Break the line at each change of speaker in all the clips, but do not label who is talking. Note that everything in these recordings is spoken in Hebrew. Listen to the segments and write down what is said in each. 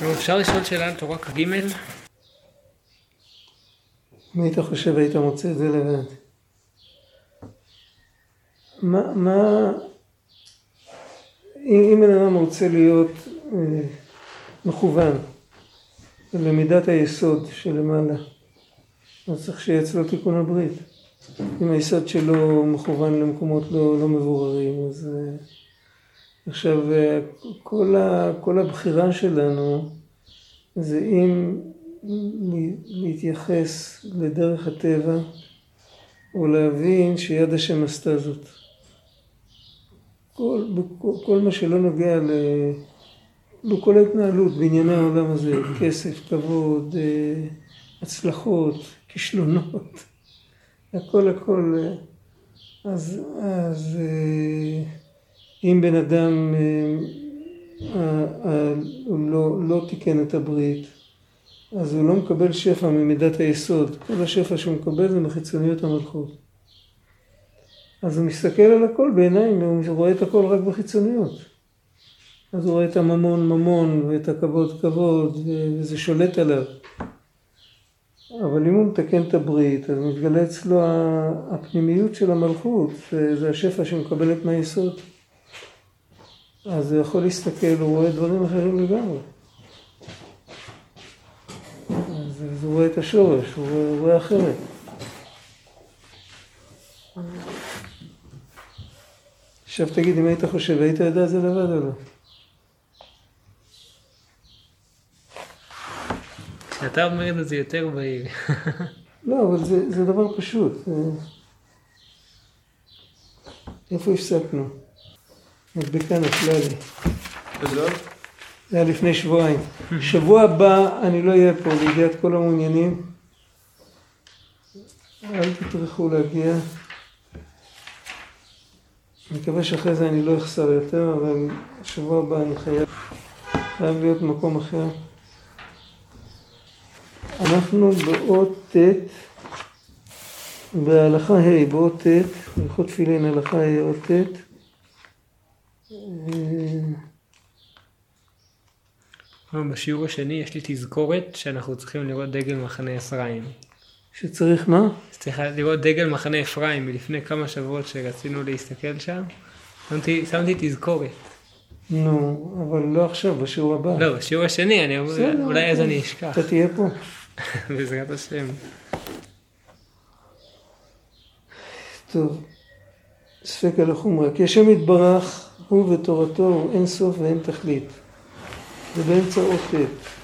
אפשר לשאול שאלה על תורה כ"ג?
אם היית חושב, היית מוצא את זה לבד. אם בן אדם רוצה להיות מכוון למידת היסוד שלמעלה, אז צריך שיהיה אצלו תיקון הברית. אם היסוד שלו מכוון למקומות לא מבוררים, אז עכשיו כל הבחירה שלנו זה אם להתייחס לדרך הטבע או להבין שיד השם עשתה זאת. כל מה שלא נוגע לכל ההתנהלות בענייני העולם הזה, כסף, כבוד, הצלחות, כישלונות, הכל. אז אם בן אדם לא תיקן את הברית, אז הוא לא מקבל שפע ממידת היסוד. כל השפע שהוא מקבל זה מחיצוניות המלכות. אז הוא מסתכל על הכל בעיניים, הוא רואה את הכל רק בחיצוניות. אז הוא רואה את הממון ואת הכבוד כבוד, וזה שולט עליו. אבל אם הוא מתקן את הברית, אז מתגלה אצלו הפנימיות של המלכות, זה השפע שמקבלת מהיסוד. אז הוא יכול להסתכל, הוא רואה דברים אחרים לגמרי. אז הוא רואה את השורש, הוא רואה אחרת. עכשיו תגיד, אם היית חושב, היית יודע זה לבד או לא?
כשאתה אומר את זה יותר בהיר.
לא, אבל זה דבר פשוט. איפה הפסקנו? מדבקה נפלה לי. זה היה לפני שבועיים. שבוע הבא אני לא אהיה פה לידיעת כל המעוניינים. אל תטרחו להגיע. אני מקווה שאחרי זה אני לא אחסר יותר, אבל שבוע הבא אני חייב להיות במקום אחר. אנחנו באות ט' בהלכה ה', באות ט', הלכות תפילין הלכה ה' אות ט'.
בשיעור השני יש לי תזכורת שאנחנו צריכים לראות דגל מחנה אפרים.
שצריך מה?
צריך לראות דגל מחנה אפרים מלפני כמה שבועות שרצינו להסתכל שם. שמתי תזכורת.
נו, אבל לא עכשיו, בשיעור הבא.
לא, בשיעור השני, אני אומר, אולי אז אני אשכח.
אתה תהיה פה.
בעזרת השם.
טוב, ספק על החומרה. כי השם יתברך, הוא ותורתו, הוא אין סוף ואין תכלית. זה באמצע אות ט'.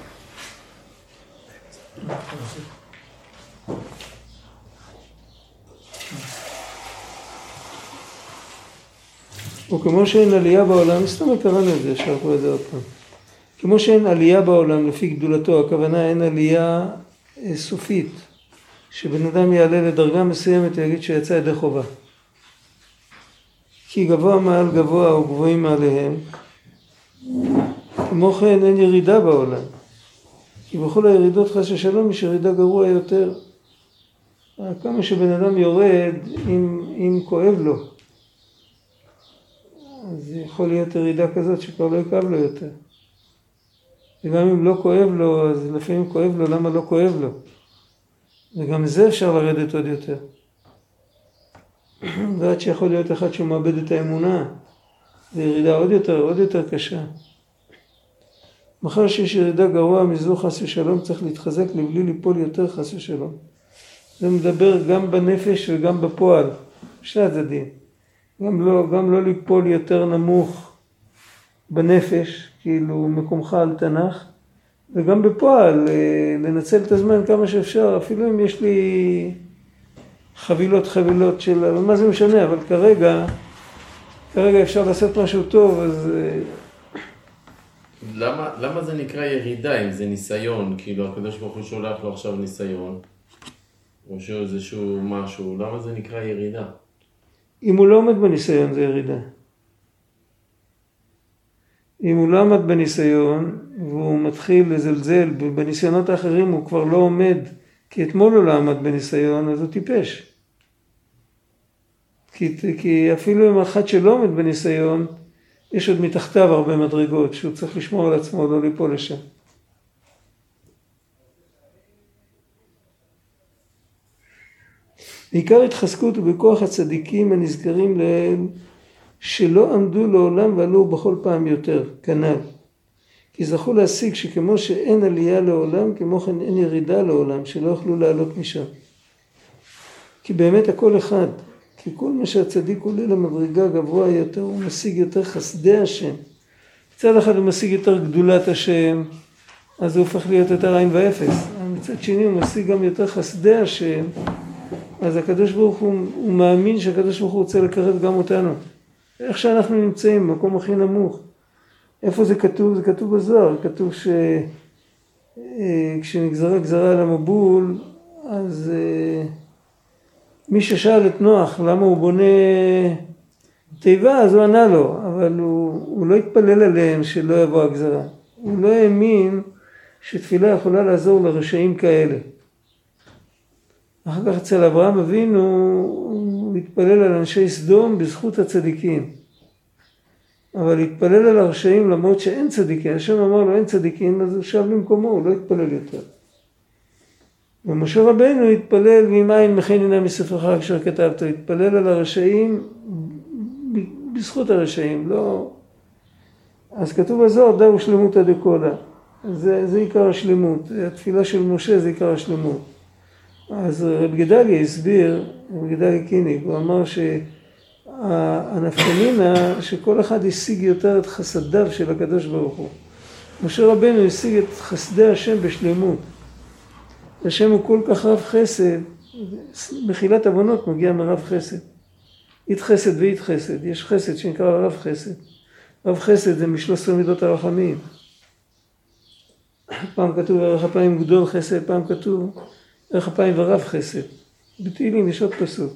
וכמו שאין עלייה בעולם, סתם קראנו את זה, שרקו את זה עוד פעם. כמו שאין עלייה בעולם לפי גדולתו, הכוונה אין עלייה סופית, שבן אדם יעלה לדרגה מסוימת ויגיד שיצא ידי חובה. כי גבוה מעל גבוה וגבוהים מעליהם, כמו כן אין ירידה בעולם. כי בכל הירידות חס ושלום יש ירידה גרוע יותר. כמה שבן אדם יורד אם כואב לו, אז יכול להיות ירידה כזאת שכבר לא יקב לו יותר. וגם אם לא כואב לו, אז לפעמים כואב לו, למה לא כואב לו? וגם זה אפשר לרדת עוד יותר. ועד שיכול להיות אחד שהוא מאבד את האמונה, זה ירידה עוד יותר קשה. מחר שיש ירידה גרוע מזו חס ושלום, צריך להתחזק לבלי ליפול יותר חס ושלום. זה מדבר גם בנפש וגם בפועל, שני הצדדים. גם לא ליפול יותר נמוך בנפש, כאילו מקומך על תנ"ך, וגם בפועל לנצל את הזמן כמה שאפשר, אפילו אם יש לי חבילות של, אבל מה זה משנה, אבל כרגע אפשר לעשות משהו טוב, אז...
למה זה נקרא ירידה אם זה ניסיון? כאילו הקדוש ברוך הוא שולח לו עכשיו ניסיון, או שאיזשהו משהו, למה זה נקרא ירידה?
אם הוא לא עומד בניסיון זה ירידה. אם הוא לא עומד בניסיון והוא מתחיל לזלזל, בניסיונות האחרים הוא כבר לא עומד, כי אתמול הוא לא עמד בניסיון, אז הוא טיפש. כי אפילו אם אחד שלא עומד בניסיון, יש עוד מתחתיו הרבה מדרגות שהוא צריך לשמור על עצמו, לא ליפול לשם. בעיקר התחזקות הוא בכוח הצדיקים הנזכרים לאל, שלא עמדו לעולם ועלו בכל פעם יותר, כנ"ל. כי זכו להשיג שכמו שאין עלייה לעולם, כמו כן אין ירידה לעולם, שלא יוכלו לעלות משם. כי באמת הכל אחד, כי כל מה שהצדיק עולה למדרגה גבוה יותר, הוא משיג יותר חסדי השם. מצד אחד הוא משיג יותר גדולת השם, אז הוא הופך להיות יותר עין ואפס. מצד שני הוא משיג גם יותר חסדי השם, אז הקדוש ברוך הוא מאמין שהקדוש ברוך הוא רוצה לקרב גם אותנו. איך שאנחנו נמצאים, במקום הכי נמוך. איפה זה כתוב? זה כתוב בזוהר. כתוב כשנגזרה גזרה על המבול, אז מי ששאל את נוח למה הוא בונה תיבה, אז הוא ענה לו, אבל הוא לא התפלל עליהם שלא יבוא הגזרה. הוא לא האמין שתפילה יכולה לעזור לרשעים כאלה. אחר כך אצל אברהם אבינו הוא התפלל על אנשי סדום בזכות הצדיקים. אבל התפלל על הרשעים למרות שאין צדיקים. השם אמר לו אין צדיקים, אז הוא שב במקומו, הוא לא התפלל יותר. ומשה רבנו התפלל ממעין מכיננה מספרך אשר כתבת, התפלל על הרשעים בזכות הרשעים, לא... אז כתוב בזוהר דאו שלמותא דקולא. זה עיקר השלמות, התפילה של משה זה עיקר השלמות. אז רב גדליה הסביר, רב גדליה קיניג, הוא אמר שהנפקמינה שכל אחד השיג יותר את חסדיו של הקדוש ברוך הוא. משה רבנו השיג את חסדי השם בשלמות. השם הוא כל כך רב חסד, מחילת עוונות מגיע מרב חסד. אית חסד ואית חסד, יש חסד שנקרא רב חסד. רב חסד זה מ13 מידות הרחמים. פעם כתוב ערך אפיים גדול חסד, פעם כתוב ערך אפיים ורב חסד. בתהילים יש עוד פסוק.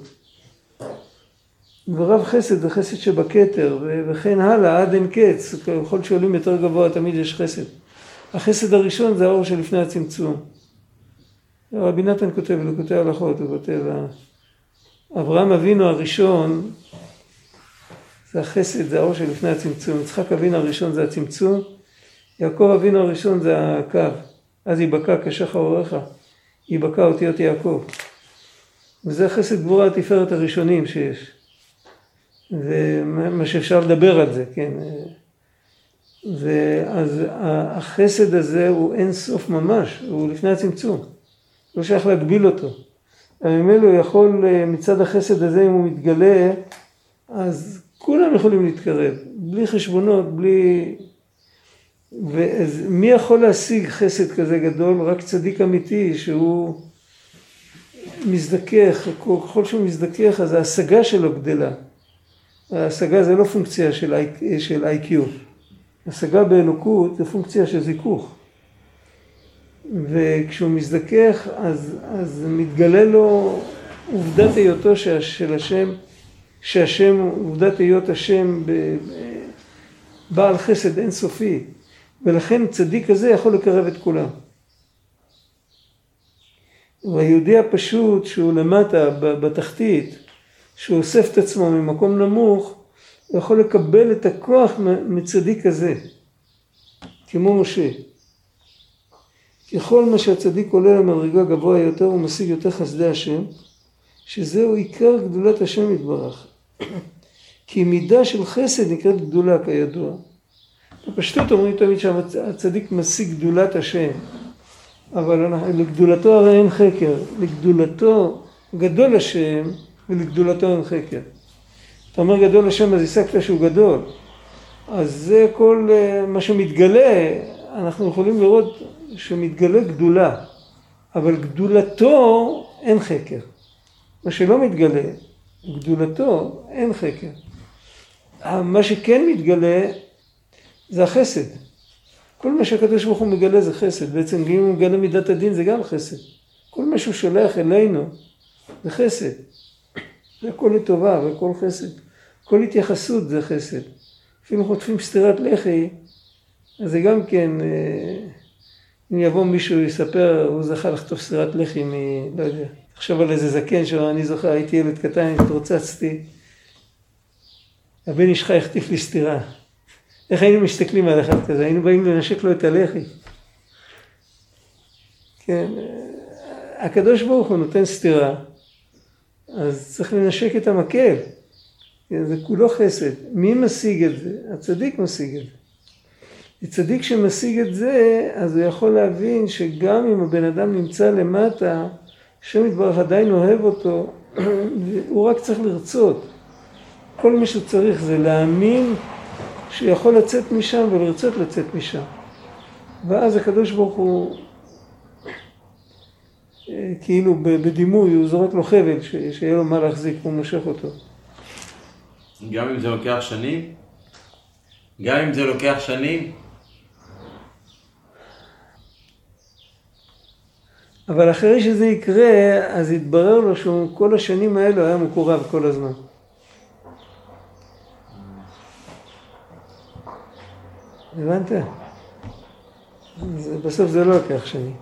ורב חסד זה חסד שבכתר, וכן הלאה עד אין קץ. ככל שעולים יותר גבוה תמיד יש חסד. החסד הראשון זה האור שלפני הצמצום. רבי נתן כותב, הוא כותב הלכות, הוא כותב, אברהם אבינו הראשון, זה החסד, זה האור שלפני הצמצום. יצחק אבינו הראשון זה הצמצום, יעקב אבינו הראשון זה הקו. אז יבקע כשחר אורך, יבקע אותיות יעקב. וזה חסד גבורה התפארת הראשונים שיש. ומה שאפשר לדבר על זה, כן. אז החסד הזה הוא אין סוף ממש, הוא לפני הצמצום. לא שייך להגביל אותו. ממילא הוא יכול מצד החסד הזה, אם הוא מתגלה, אז כולם יכולים להתקרב, בלי חשבונות, בלי... ומי יכול להשיג חסד כזה גדול? רק צדיק אמיתי שהוא מזדכך, ככל שהוא מזדכך, אז ההשגה שלו גדלה. ההשגה זה לא פונקציה של IQ. השגה באלוקות זה פונקציה של זיכוך. וכשהוא מזדכך, אז מתגלה לו עובדת היותו של השם, שהשם, עובדת היות השם בעל חסד אינסופי. ולכן צדיק הזה יכול לקרב את כולם. והיהודי הפשוט שהוא למטה בתחתית, שהוא אוסף את עצמו ממקום נמוך, הוא יכול לקבל את הכוח מצדיק הזה, כמו משה. ככל מה שהצדיק עולה למדרגה גבוה יותר, הוא משיג יותר חסדי השם, שזהו עיקר גדולת השם יתברך. כי מידה של חסד נקראת גדולה כידוע. בפשטות אומרים תמיד שהצדיק משיג גדולת השם, אבל לגדולתו הרי אין חקר, לגדולתו גדול השם ולגדולתו אין חקר. אתה אומר גדול השם אז השגת שהוא גדול, אז זה כל מה שמתגלה, אנחנו יכולים לראות שמתגלה גדולה, אבל גדולתו אין חקר. מה שלא מתגלה, גדולתו אין חקר. מה שכן מתגלה זה החסד. כל מה שהקדוש ברוך הוא מגלה זה חסד. בעצם אם הוא מגלה מידת הדין זה גם חסד. כל מה שהוא שולח אלינו זה חסד. זה הכל לטובה והכל חסד. כל התייחסות זה חסד. אפילו חוטפים סתירת לחי, אז זה גם כן, אם יבוא מישהו יספר, הוא זכה לחטוף סתירת לחי לא יודע. עכשיו על איזה זקן שאני זוכר, הייתי ילד קטן, התרוצצתי. הבן אישך החטיף לי סתירה. איך היינו מסתכלים על אחד כזה? היינו באים לנשק לו את הלחי. כן, הקדוש ברוך הוא נותן סתירה, אז צריך לנשק את המקל. זה כולו חסד. מי משיג את זה? הצדיק משיג את זה. הצדיק שמשיג את זה, אז הוא יכול להבין שגם אם הבן אדם נמצא למטה, השם יתברך עדיין אוהב אותו, הוא רק צריך לרצות. כל מה שצריך זה להאמין שיכול לצאת משם ולרצות לצאת משם. ואז הקדוש ברוך הוא, כאילו בדימוי, הוא זורק לו חבל, שיהיה לו מה להחזיק, הוא מושך אותו.
גם אם זה לוקח שנים? גם אם זה לוקח שנים?
אבל אחרי שזה יקרה, אז יתברר לו שכל השנים האלו היה מקורב כל הזמן. הבנת? בסוף זה לא לוקח שנים.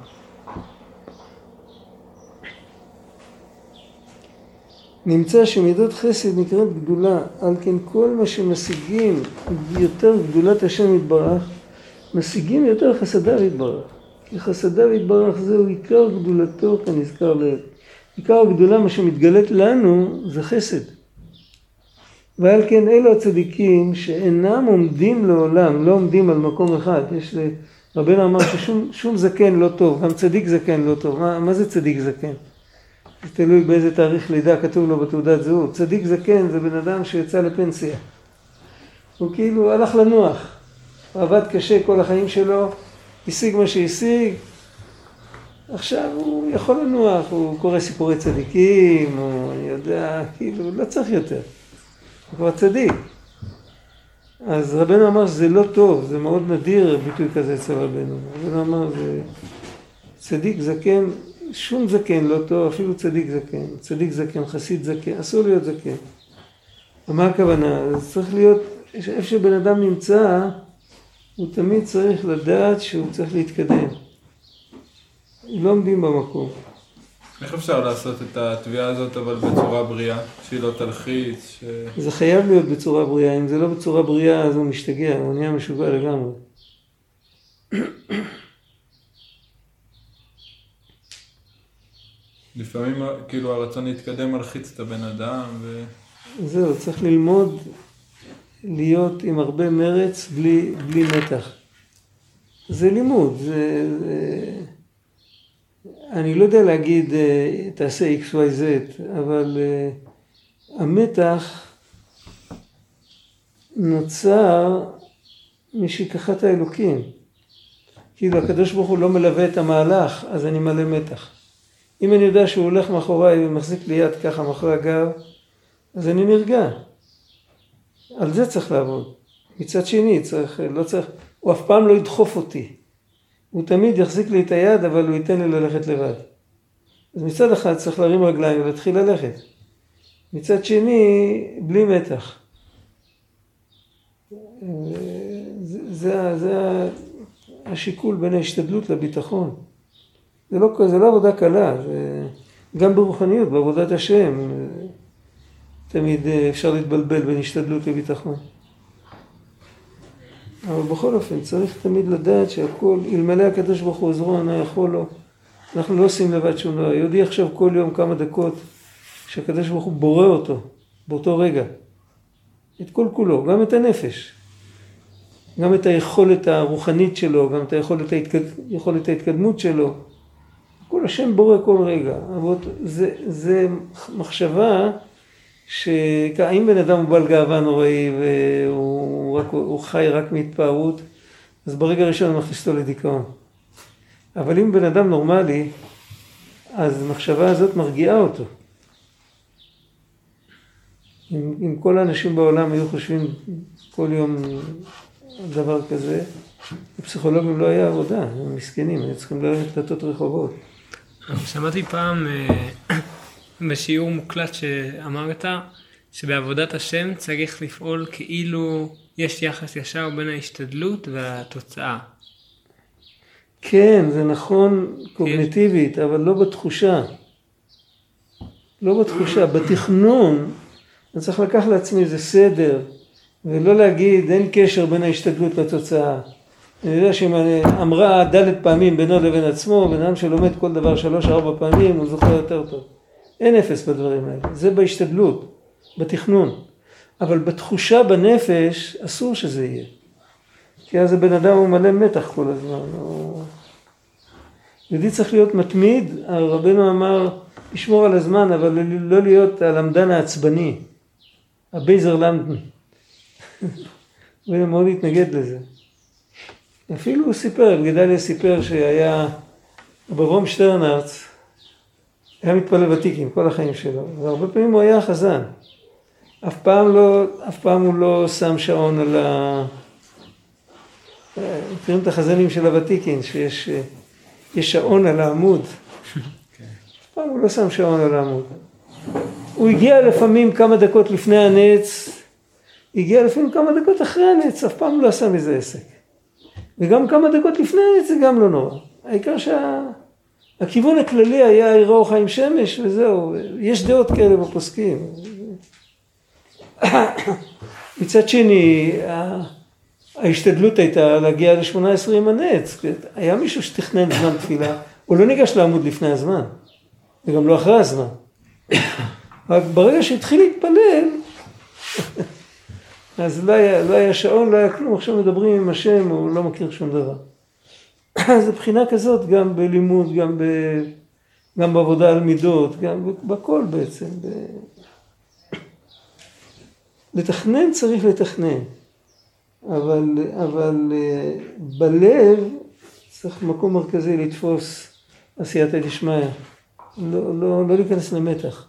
נמצא שמידות חסד נקראת גדולה, על כן כל מה שמשיגים יותר גדולת השם יתברך, משיגים יותר חסדיו יתברך. כי חסדיו יתברך זהו עיקר גדולתו כנזכר לעיל. עיקר הגדולה, מה שמתגלת לנו, זה חסד. ועל כן אלו הצדיקים שאינם עומדים לעולם, לא עומדים על מקום אחד. יש רבנו אמר ששום זקן לא טוב, גם צדיק זקן לא טוב. מה זה צדיק זקן? זה תלוי באיזה תאריך לידה כתוב לו בתעודת זהות. צדיק זקן זה בן אדם שיצא לפנסיה. הוא כאילו הלך לנוח. הוא עבד קשה כל החיים שלו, השיג מה שהשיג. עכשיו הוא יכול לנוח, הוא קורא סיפורי צדיקים, הוא יודע, כאילו לא צריך יותר. הוא כבר צדיק. אז רבנו אמר שזה לא טוב, זה מאוד נדיר ביטוי כזה אצל רבנו. רבנו אמר זה צדיק זקן, שום זקן לא טוב, אפילו צדיק זקן. צדיק זקן, חסיד זקן, אסור להיות זקן. ומה הכוונה? זה צריך להיות, איפה שבן אדם נמצא, הוא תמיד צריך לדעת שהוא צריך להתקדם. לא עומדים במקום.
איך אפשר לעשות את התביעה הזאת אבל בצורה בריאה? שהיא לא תלחיץ?
זה חייב להיות בצורה בריאה. אם זה לא בצורה בריאה אז הוא משתגע, הוא נהיה משוגע לגמרי.
לפעמים כאילו הרצון להתקדם מלחיץ את הבן אדם
זהו, צריך ללמוד להיות עם הרבה מרץ בלי מתח. זה לימוד, אני לא יודע להגיד תעשה X, Y, Z, אבל המתח נוצר משכחת האלוקים. כאילו הקדוש ברוך הוא לא מלווה את המהלך, אז אני מלא מתח. אם אני יודע שהוא הולך מאחוריי ומחזיק לי יד ככה מאחורי הגב, אז אני נרגע. על זה צריך לעבוד. מצד שני, הוא אף פעם לא ידחוף אותי. הוא תמיד יחזיק לי את היד, אבל הוא ייתן לי ללכת לבד. אז מצד אחד צריך להרים רגליים ולהתחיל ללכת. מצד שני, בלי מתח. זה השיקול בין ההשתדלות לביטחון. זה לא עבודה קלה, גם ברוחניות, בעבודת השם, תמיד אפשר להתבלבל בין השתדלות לביטחון. אבל בכל אופן צריך תמיד לדעת שהכל, אלמלא הקדוש ברוך הוא עזרו, אני יכול לו. אנחנו לא עושים לבד שום דבר. יהודי עכשיו כל יום כמה דקות שהקדוש ברוך הוא בורא אותו באותו רגע. את כל כולו, גם את הנפש. גם את היכולת הרוחנית שלו, גם את יכולת ההתקדמות שלו. כל השם בורא כל רגע. אבל זה מחשבה שהאם בן אדם הוא בעל גאווה נוראי והוא חי רק מהתפארות, אז ברגע הראשון מכניס אותו לדיכאון. אבל אם בן אדם נורמלי, אז המחשבה הזאת מרגיעה אותו. אם כל האנשים בעולם היו חושבים כל יום דבר כזה, לפסיכולוגים לא היה עבודה, הם מסכנים, הם צריכים ללכת לתות רחובות.
שמעתי פעם בשיעור מוקלט שאמרת שבעבודת השם צריך לפעול כאילו יש יחס ישר בין ההשתדלות והתוצאה.
כן, זה נכון קוגניטיבית, אבל לא בתחושה. לא בתחושה, בתכנון. אני צריך לקח לעצמי איזה סדר, ולא להגיד אין קשר בין ההשתדלות לתוצאה. אני יודע שאם אמרה ד' פעמים בינו לבין עצמו, בן אדם שלומד כל דבר 3-4 פעמים, הוא זוכר יותר טוב. אין אפס בדברים האלה. זה בהשתדלות, בתכנון. אבל בתחושה בנפש אסור שזה יהיה. כי אז הבן אדם הוא מלא מתח כל הזמן. יהודי צריך להיות מתמיד, רבנו אמר, לשמור על הזמן, אבל לא להיות הלמדן העצבני. הבייזר למדן. הוא מאוד התנגד לזה. אפילו הוא סיפר, גדליה סיפר שהיה ברום שטרנרץ, היה מתפלל ותיקים כל החיים שלו, והרבה פעמים הוא היה חזן. אף פעם הוא לא שם שעון על מכירים את החזנים של הוותיקים, שיש שעון על העמוד. אף פעם הוא לא שם שעון על העמוד. הוא הגיע לפעמים כמה דקות לפני הנץ, הגיע לפעמים כמה דקות אחרי הנץ, אף פעם לא עשה מזה עסק. וגם כמה דקות לפני הנץ זה גם לא נורא. העיקר שהכיוון הכללי היה יראו חיים שמש וזהו. יש דעות כאלה בפוסקים. מצד שני, ההשתדלות הייתה להגיע ל-18 עם הנץ. היה מישהו שתכנן זמן תפילה, הוא לא ניגש לעמוד לפני הזמן, וגם לא אחרי הזמן. רק ברגע שהתחיל להתפלל, אז לא היה שעון, לא היה כלום, עכשיו מדברים עם השם, הוא לא מכיר שום דבר. אז הבחינה כזאת גם בלימוד, גם בעבודה על מידות, גם בכל בעצם. לתכנן צריך לתכנן, אבל בלב צריך מקום מרכזי לתפוס עשייתא דשמיא, לא להיכנס למתח.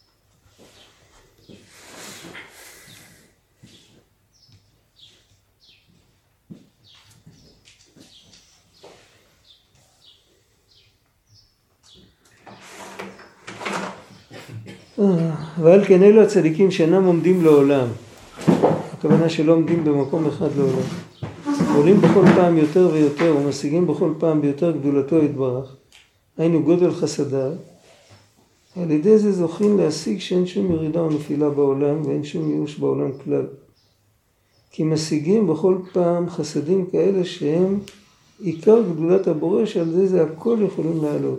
ועל כן אלו הצדיקים שאינם עומדים לעולם, הכוונה שלא עומדים במקום אחד לעולם, עולים בכל פעם יותר ויותר ומשיגים בכל פעם ביותר גדולתו יתברך, היינו גודל חסדיו, על ידי זה זוכים להשיג שאין שום ירידה ונפילה בעולם ואין שום ייאוש בעולם כלל, כי משיגים בכל פעם חסדים כאלה שהם עיקר גדולת הבורא, שעל זה הכל יכולים לעלות.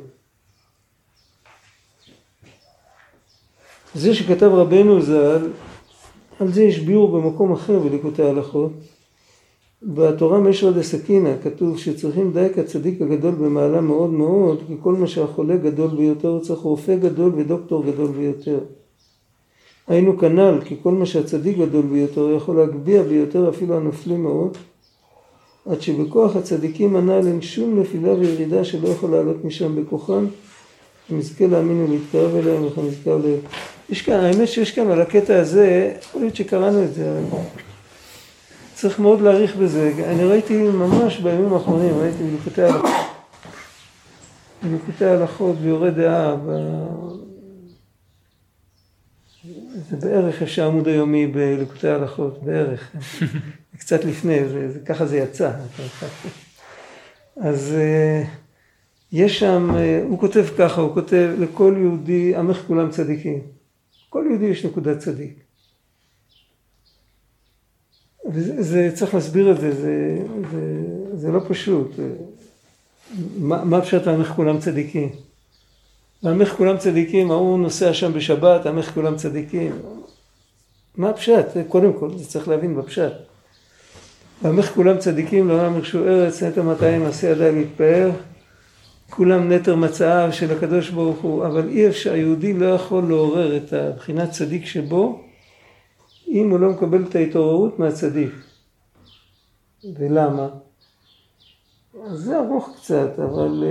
זה שכתב רבנו ז"ל, על זה יש ביאור במקום אחר בליקוטי ההלכות. בתורה משרא דסכינא כתוב שצריכים דייק הצדיק הגדול במעלה מאוד מאוד, כי כל מה שהחולה גדול ביותר צריך רופא גדול ודוקטור גדול ביותר. היינו כנ"ל, כי כל מה שהצדיק גדול ביותר יכול להגביה ביותר אפילו הנופלים מאוד, עד שבכוח הצדיקים הנ"ל אין שום נפילה וירידה שלא יכול לעלות משם בכוחם, ומזכה להאמין ולהתקרב אליהם וחנזכר לב. יש כאן, האמת שיש כאן על הקטע הזה, יכול להיות שקראנו את זה, צריך מאוד להעריך בזה. אני ראיתי ממש בימים האחרונים, ראיתי בליקוטי ההלכות ביורה דעה, זה בערך יש העמוד היומי בליקוטי ההלכות, בערך, קצת לפני, ככה זה יצא. אז יש שם, הוא כותב ככה, הוא כותב לכל יהודי, עמך כולם צדיקים. כל יהודי יש נקודת צדיק. וזה צריך להסביר את זה, זה לא פשוט. מה פשוט עמך כולם צדיקים? עמך כולם צדיקים, הוא נוסע שם בשבת, עמך כולם צדיקים. מה פשט? קודם כל, זה צריך להבין בפשט. עמך כולם צדיקים, לעולם ירשו ארץ, נטע 200 עשי ידי להתפאר. כולם נטר מצאיו של הקדוש ברוך הוא, אבל אי אפשר, היהודי לא יכול לעורר את הבחינת צדיק שבו, אם הוא לא מקבל את ההתעוררות מהצדיק. ולמה? אז זה ארוך קצת, אבל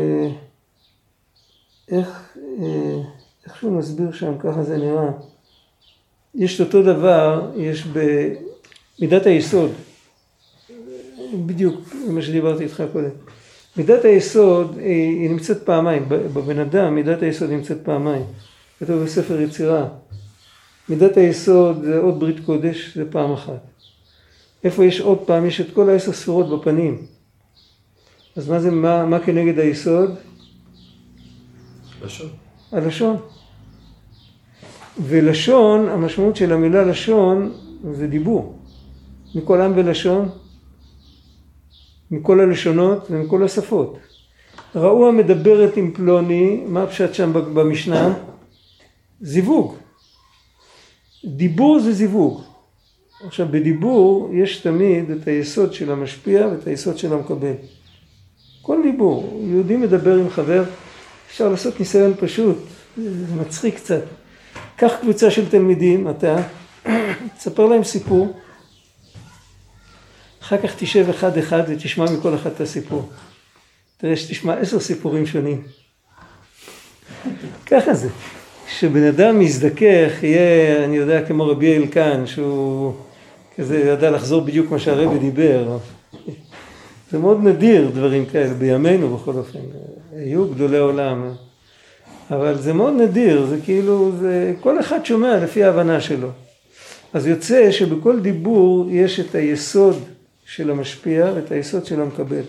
איך שהוא מסביר שם, ככה זה נראה. יש אותו דבר, יש במידת היסוד, בדיוק מה שדיברתי איתך קודם. מידת היסוד היא נמצאת פעמיים, בבן אדם מידת היסוד נמצאת פעמיים, כתוב בספר יצירה. מידת היסוד זה עוד ברית קודש, זה פעם אחת. איפה יש עוד פעם? יש את כל 10 ספירות בפנים. אז מה כנגד היסוד?
לשון.
הלשון. ולשון, המשמעות של המילה לשון זה דיבור. מכל עם ולשון, מכל הלשונות ומכל השפות. ראו המדברת עם פלוני, מה פשט שם במשנה? זיווג. דיבור זה זיווג. עכשיו בדיבור יש תמיד את היסוד של המשפיע ואת היסוד של המקבל. כל דיבור, יהודי מדבר עם חבר, אפשר לעשות ניסיון פשוט, זה מצחיק קצת. קח קבוצה של תלמידים, אתה, תספר להם סיפור, אחר כך תשב אחד אחד ותשמע מכל אחד את הסיפור. תראה שתשמע 10 סיפורים שונים. ככה זה. כשבן אדם מזדכך יהיה, אני יודע, כמו רבי אלקן, שהוא כזה ידע לחזור בדיוק מה שהרבי דיבר. זה מאוד נדיר דברים כאלה, בימינו בכל אופן. היו גדולי עולם. אבל זה מאוד נדיר, זה כאילו, כל אחד שומע לפי ההבנה שלו. אז יוצא שבכל דיבור יש את היסוד של המשפיע ואת היסוד של המקבל.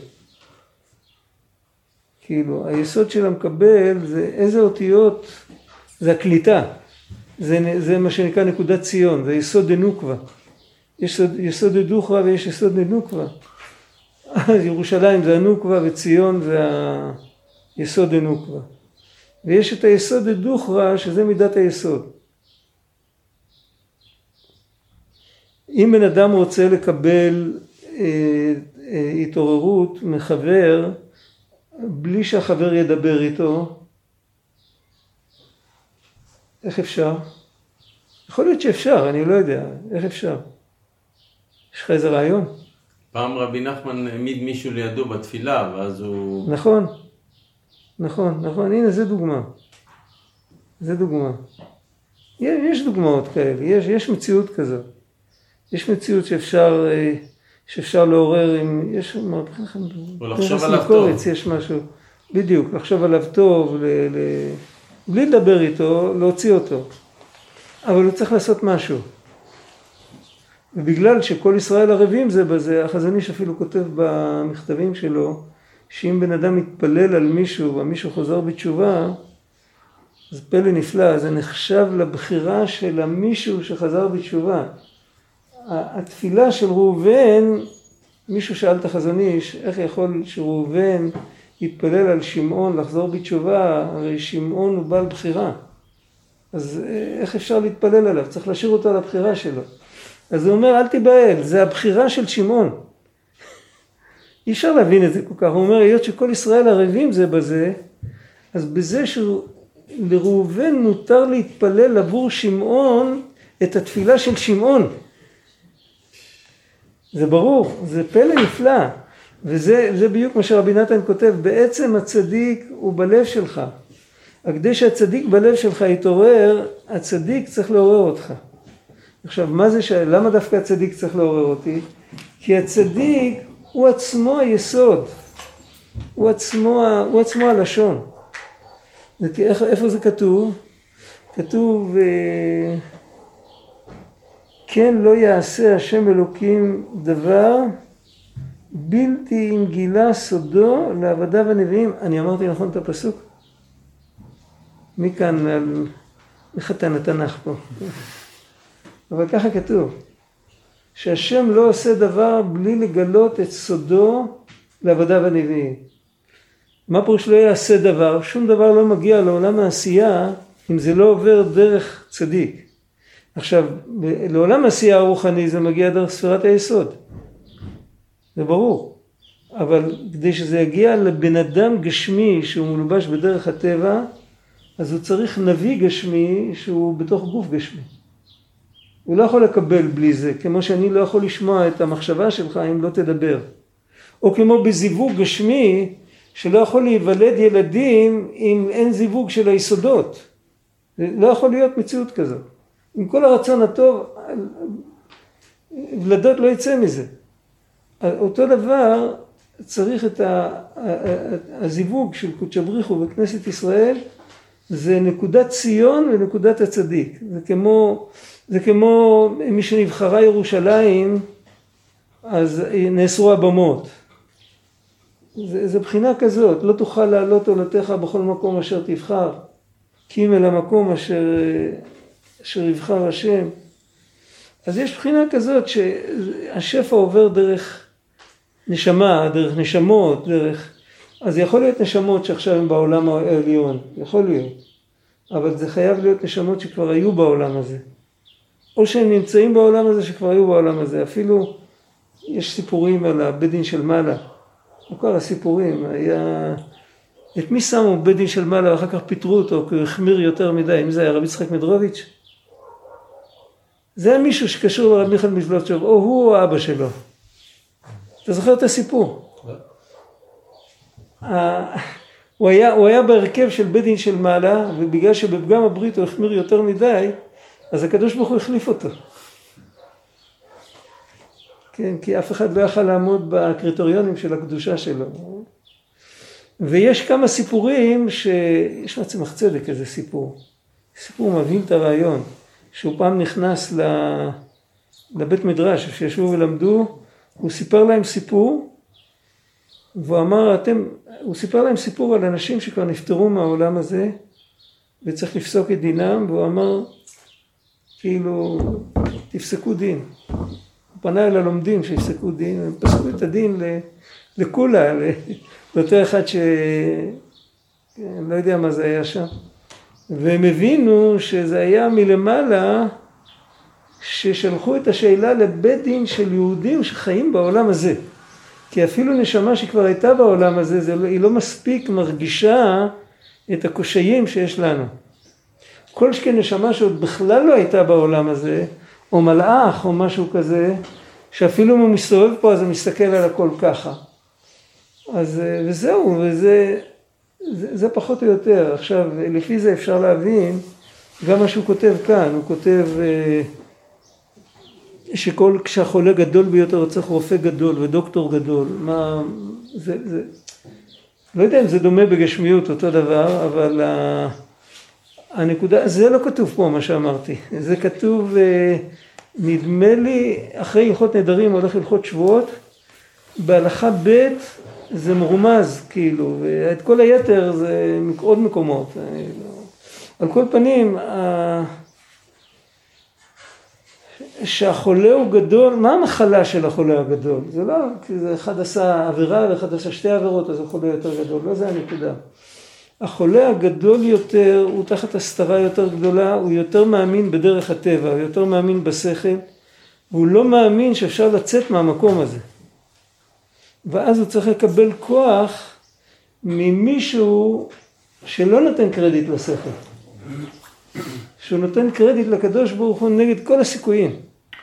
כאילו, היסוד של המקבל זה איזה אותיות, זה הקליטה. זה מה שנקרא נקודת ציון, זה יסוד דנוקווה. יש יסוד דוכרה ויש יסוד דנוקווה. אז ירושלים זה הנוקווה וציון זה היסוד דנוקווה. ויש את היסוד דוכרה שזה מידת היסוד. אם בן אדם רוצה לקבל התעוררות מחבר, בלי שהחבר ידבר איתו, איך אפשר? יכול להיות שאפשר, אני לא יודע, איך אפשר? יש לך איזה רעיון?
פעם רבי נחמן העמיד מישהו לידו בתפילה, ואז הוא...
נכון, הנה זה דוגמה. זה דוגמה. יש דוגמאות כאלה, יש מציאות כזאת. יש מציאות שאפשר לעורר עם... יש...
או לחשוב עליו טוב.
יש משהו, בדיוק, לחשוב עליו טוב, בלי לדבר איתו, להוציא אותו. אבל הוא צריך לעשות משהו. ובגלל שכל ישראל ערבים זה בזה, החזון איש אפילו כותב במכתבים שלו, שאם בן אדם מתפלל על מישהו ומישהו חוזר בתשובה, זה פלא נפלא, זה נחשב לבחירה של המישהו שחזר בתשובה. התפילה של ראובן, מישהו שאל את החזון איש, איך יכול שראובן יתפלל על שמעון לחזור בתשובה, הרי שמעון הוא בעל בחירה. אז איך אפשר להתפלל עליו? צריך להשאיר אותו על הבחירה שלו. אז הוא אומר, אל תיבהל, זה הבחירה של שמעון. אי אפשר להבין את זה כל כך. הוא אומר, היות שכל ישראל ערבים זה בזה, אז בזה שלראובן מותר להתפלל עבור שמעון את התפילה של שמעון. זה ברור, זה פלא נפלא. וזה בדיוק מה שרבי נתן כותב, בעצם הצדיק הוא בלב שלך. כדי שהצדיק בלב שלך יתעורר, הצדיק צריך לעורר אותך. עכשיו, למה דווקא הצדיק צריך לעורר אותי? כי הצדיק הוא עצמו היסוד, הוא עצמו הלשון. איפה זה כתוב? כתוב, כן לא יעשה השם אלוקים דבר, בלתי אם גילה סודו לעבדיו הנביאים. אני אמרתי נכון את הפסוק? מכאן, מחתן התנ"ך פה. אבל ככה כתוב, שהשם לא עושה דבר בלי לגלות את סודו לעבדיו הנביאים. מה פירוש לא יעשה דבר? שום דבר לא מגיע לעולם העשייה אם זה לא עובר דרך צדיק. עכשיו, לעולם העשייה הרוחני זה מגיע דרך ספירת היסוד. זה ברור. אבל כדי שזה יגיע לבן אדם גשמי שהוא מלובש בדרך הטבע, אז הוא צריך נביא גשמי שהוא בתוך גוף גשמי. הוא לא יכול לקבל בלי זה, כמו שאני לא יכול לשמוע את המחשבה שלך אם לא תדבר. או כמו בזיווג גשמי, שלא יכול להיוולד ילדים אם אין זיווג של היסודות. לא יכול להיות מציאות כזאת. עם כל הרצון הטוב, ולדות לא יצא מזה. אותו דבר צריך את הזיווג של קודש בריחו בכנסת ישראל, זה נקודת ציון ונקודת הצדיק. זה כמו מי שנבחרה ירושלים, אז נאסרו הבמות. זה בחינה כזאת, לא תוכל לעלות עולתך בכל מקום אשר תבחר, כי אם אל המקום אשר יבחר השם. אז יש בחינה כזאת שהשפע עובר דרך נשמה, דרך נשמות, אז יכול להיות נשמות שעכשיו הם בעולם העליון, יכול להיות. אבל זה חייב להיות נשמות שכבר היו בעולם הזה. או שהם נמצאים בעולם הזה שכבר היו בעולם הזה. אפילו יש סיפורים על הבית דין של מעלה. כל הסיפורים, היה... את מי שמו בית דין של מעלה ואחר כך פיטרו אותו כי הוא החמיר יותר מדי? אם זה היה רבי יצחק מדרוביץ'? זה היה מישהו שקשור לרבי מיכאל מזלוטשוב, או הוא או אבא שלו. אתה זוכר את הסיפור? הוא היה בהרכב של בית דין של מעלה, ובגלל שבפגם הברית הוא החמיר יותר מדי, אז הקדוש ברוך הוא החליף אותו. כן, כי אף אחד לא יכל לעמוד בקריטריונים של הקדושה שלו. ויש כמה סיפורים שיש מצמח צדק איזה סיפור. סיפור מבהיל את הרעיון, שהוא פעם נכנס לבית מדרש, שישבו ולמדו, הוא סיפר להם סיפור, והוא אמר, הוא סיפר להם סיפור על אנשים שכבר נפטרו מהעולם הזה, וצריך לפסוק את דינם, והוא אמר, כאילו, תפסקו דין. הוא פנה אל הלומדים שיפסקו דין, הם פסקו את הדין לכולה, לאותו אחד לא יודע מה זה היה שם. והם הבינו שזה היה מלמעלה, ששלחו את השאלה לבית דין של יהודים שחיים בעולם הזה. כי אפילו נשמה שכבר הייתה בעולם הזה, היא לא מספיק מרגישה את הקושיים שיש לנו. כל שכן נשמה שעוד בכלל לא הייתה בעולם הזה, או מלאך או משהו כזה, שאפילו אם הוא מסתובב פה אז הוא מסתכל על הכל ככה. אז וזהו, זה פחות או יותר. עכשיו, לפי זה אפשר להבין, גם מה שהוא כותב כאן, הוא כותב כשהחולה גדול ביותר צריך רופא גדול ודוקטור גדול. לא יודע אם זה דומה בגשמיות אותו דבר, אבל הנקודה, זה לא כתוב פה מה שאמרתי. זה כתוב, נדמה לי, אחרי הלכות נדרים הולך הלכות שבועות, בהלכה ב' זה מרומז, כאילו, ואת כל היתר זה עוד מקומות. על כל פנים, שהחולה הוא גדול, מה המחלה של החולה הגדול? זה לא, כי זה אחד עשה עבירה ואחד עשה שתי עבירות, אז החולה יותר גדול, לא זה הנקודה. החולה הגדול יותר, הוא תחת הסתרה יותר גדולה, הוא יותר מאמין בדרך הטבע, הוא יותר מאמין בשכל, והוא לא מאמין שאפשר לצאת מהמקום הזה. ואז הוא צריך לקבל כוח ממישהו שלא נותן קרדיט לשכל. שהוא נותן קרדיט לקדוש ברוך הוא נגד כל הסיכויים.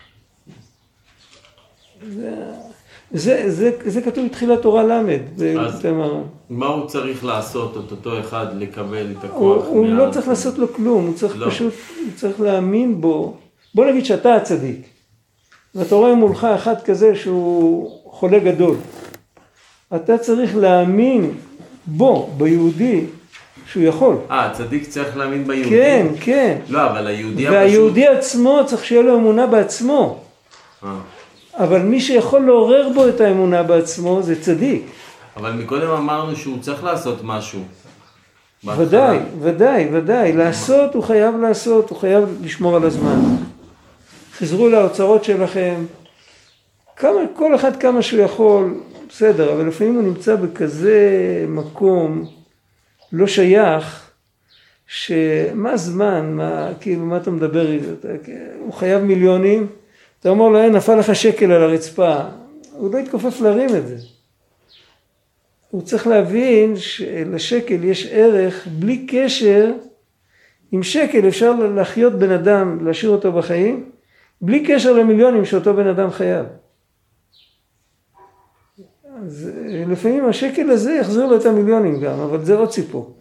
זה כתוב בתחילת תורה למד.
אז מה הוא צריך לעשות, אותו אחד, לקבל את הכוח?
הוא לא צריך לעשות לו כלום, הוא צריך פשוט, הוא צריך להאמין בו. בוא נגיד שאתה הצדיק, ואתה רואה מולך אחד כזה שהוא חולה גדול. אתה צריך להאמין בו, ביהודי, שהוא יכול.
הצדיק צריך להאמין ביהודי?
כן, כן.
לא, אבל היהודי הפשוט...
והיהודי עצמו צריך שיהיה לו אמונה בעצמו. אבל מי שיכול לעורר בו את האמונה בעצמו זה צדיק.
אבל מקודם אמרנו שהוא צריך לעשות משהו.
ודאי, ודאי, ודאי. לעשות הוא חייב לעשות, הוא חייב לשמור על הזמן. חזרו לאוצרות שלכם. כל אחד כמה שהוא יכול, בסדר, אבל לפעמים הוא נמצא בכזה מקום לא שייך, שמה זמן, כאילו מה אתה מדבר איזה, הוא חייב מיליונים, אתה אומר לו, נפל לך שקל על הרצפה, הוא לא יתכופף להרים את זה. הוא צריך להבין שלשקל יש ערך, בלי קשר, עם שקל אפשר להחיות בן אדם, להשאיר אותו בחיים, בלי קשר למיליונים שאותו בן אדם חייב. אז לפעמים השקל הזה יחזיר לו את המיליונים גם, אבל זה עוד סיפור.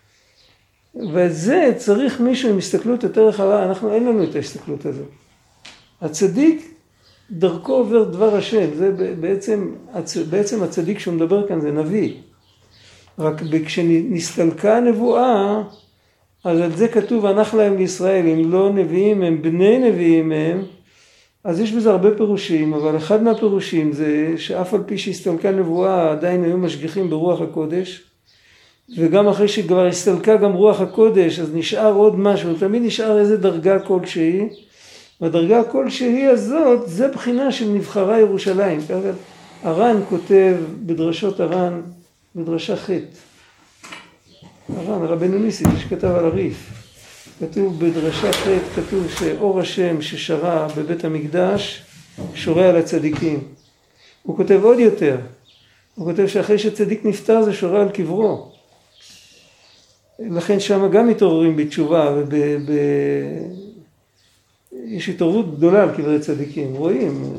וזה צריך מישהו עם הסתכלות יותר רחבה, אנחנו אין לנו את ההסתכלות הזאת. הצדיק דרכו עובר דבר השם, זה בעצם הצדיק שהוא מדבר כאן זה נביא. רק כשנסתלקה הנבואה, אז על זה כתוב הנח להם לישראל, אם לא נביאים הם בני נביאים הם, אז יש בזה הרבה פירושים, אבל אחד מהפירושים זה שאף על פי שהסתלקה נבואה עדיין היו משגיחים ברוח הקודש, וגם אחרי שכבר הסתלקה גם רוח הקודש, אז נשאר עוד משהו, תמיד נשאר איזה דרגה כלשהי, והדרגה כלשהי הזאת, זה בחינה של נבחרה ירושלים. הר"ן כותב בדרשות הר"ן, בדרשה ח', הר"ן, רבנו ניסים, שכתב על הריף. כתוב בדרשה ח', כתוב שאור השם ששרה בבית המקדש שורה על הצדיקים. הוא כותב עוד יותר, הוא כותב שאחרי שצדיק נפטר זה שורה על קברו. לכן שם גם מתעוררים בתשובה, יש התעוררות גדולה על קברי צדיקים, רואים.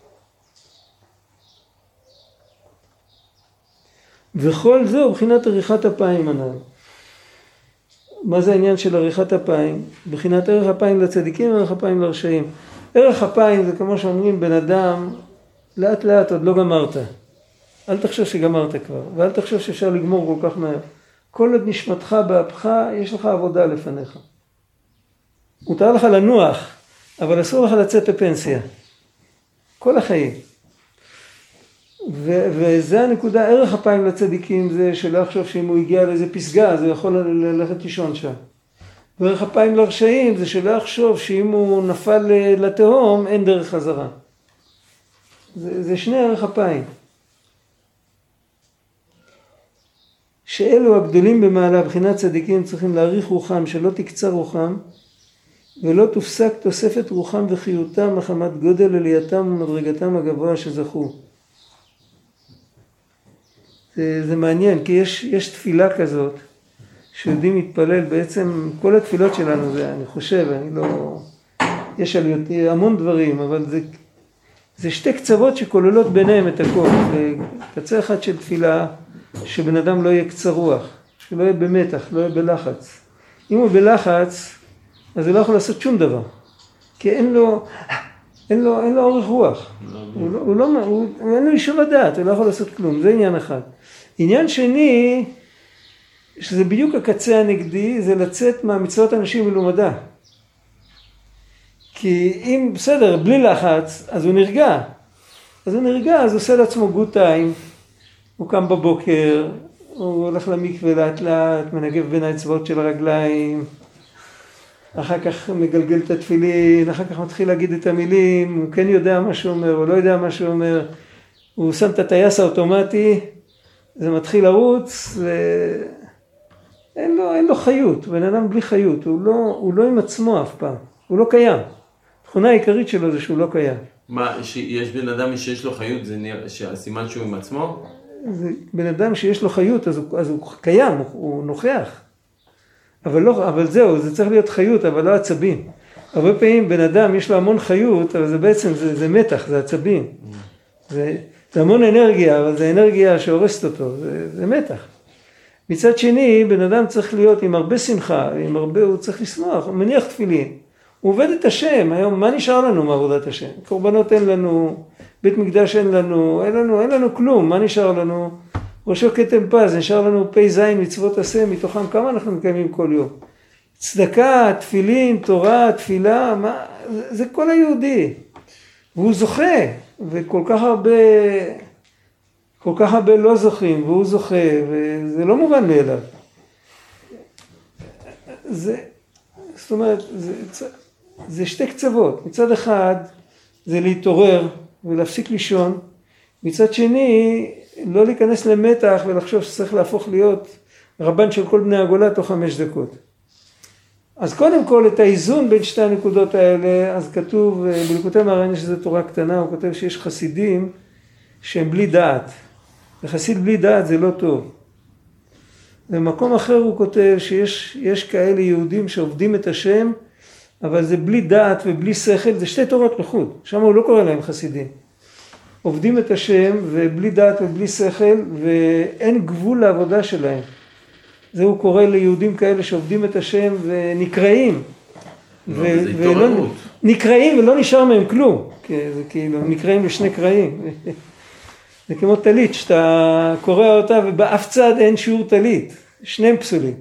וכל זה הוא בחינת עריכת אפיים הנ"ל. מה זה העניין של עריכת אפיים? בחינת ערך אפיים לצדיקים, ערך אפיים לרשעים. ערך אפיים זה כמו שאומרים בן אדם, לאט לאט עוד לא גמרת. אל תחשוב שגמרת כבר, ואל תחשוב שאפשר לגמור כל כך מהר. כל עוד נשמתך באפך, יש לך עבודה לפניך. מותר לך לנוח, אבל אסור לך לצאת לפנסיה. כל החיים. וזה הנקודה, ערך אפיים לצדיקים זה שלא יחשוב שאם הוא הגיע לאיזה פסגה, אז הוא יכול ללכת לישון שם. וערך אפיים לרשעים זה שלא יחשוב שאם הוא נפל לתהום, אין דרך חזרה. זה שני ערך אפיים. שאלו הגדולים במעלה, בחינת צדיקים, צריכים להעריך רוחם, שלא תקצר רוחם, ולא תופסק תוספת רוחם וחיותם מחמת גודל עלייתם ומדרגתם הגבוה שזכו. זה מעניין, כי יש תפילה כזאת, שיודעים להתפלל, בעצם כל התפילות שלנו זה, אני חושב, אני לא... יש עליות, המון דברים, אבל זה שתי קצוות שכוללות ביניהם את הכל. קצה אחד של תפילה, שבן אדם לא יהיה קצר רוח, שלא יהיה במתח, לא יהיה בלחץ. אם הוא בלחץ, אז הוא לא יכול לעשות שום דבר, כי אין לו אורך רוח. אין לו יישוב הדעת, הוא לא יכול לעשות כלום, זה עניין אחד. עניין שני, שזה בדיוק הקצה הנגדי, זה לצאת מהמצוות אנשים מלומדה. כי אם בסדר, בלי לחץ, אז הוא נרגע. אז הוא עושה לעצמו good time, הוא קם בבוקר, הוא הולך למקווה לאט לאט, מנגב בין האצבעות של הרגליים, אחר כך מגלגל את התפילין, אחר כך מתחיל להגיד את המילים, הוא כן יודע מה שהוא אומר, הוא לא יודע מה שהוא אומר, הוא שם את הטייס האוטומטי, זה מתחיל לרוץ, אין לו חיות, בן אדם בלי חיות, הוא לא עם עצמו אף פעם, הוא לא קיים. התכונה העיקרית שלו זה שהוא לא קיים.
מה, יש בן אדם שיש לו חיות, זה הסימן שהוא עם עצמו?
בן אדם שיש לו חיות, אז הוא קיים, הוא נוכח. אבל זהו, זה צריך להיות חיות, אבל לא עצבים. הרבה פעמים בן אדם יש לו המון חיות, אבל זה בעצם, זה מתח, זה עצבים. זה המון אנרגיה, אבל זה אנרגיה שהורסת אותו, זה מתח. מצד שני, בן אדם צריך להיות עם הרבה שמחה, הוא צריך לשמוח, הוא מניח תפילין. הוא עובד את השם, היום מה נשאר לנו מעבודת השם? קורבנות אין לנו, בית מקדש אין לנו כלום, מה נשאר לנו? ראשו כתם פז, נשאר לנו פי זין מצוות עשה, מתוכם כמה אנחנו מקיימים כל יום? צדקה, תפילין, תורה, תפילה, זה כל היהודי. והוא זוכה, וכל כך הרבה לא זוכים, והוא זוכה, וזה לא מובן מאליו. זאת אומרת, זה שתי קצוות. מצד אחד, זה להתעורר ולהפסיק לישון. מצד שני, לא להיכנס למתח ולחשוב שצריך להפוך להיות רבן של כל בני הגולה תוך 5 דקות. אז קודם כל, את האיזון בין שתי הנקודות האלה, אז כתוב, בליקוטי מהר"ן שזו תורה קטנה, הוא כותב שיש חסידים שהם בלי דעת. וחסיד בלי דעת זה לא טוב. במקום אחר הוא כותב שיש כאלה יהודים שעובדים את השם, אבל זה בלי דעת ובלי שכל, זה שתי תורות לחוד. שם הוא לא קורא להם חסידים. עובדים את השם ובלי דעת ובלי שכל, ואין גבול לעבודה שלהם. זה הוא קורא ליהודים כאלה שעובדים את השם ונקראים. נקראים ולא נשאר מהם כלום. זה כאילו, נקראים לשני קראים. זה כמו טלית, שאתה קורא אותה ובאף צד אין שיעור טלית. שניהם פסולים.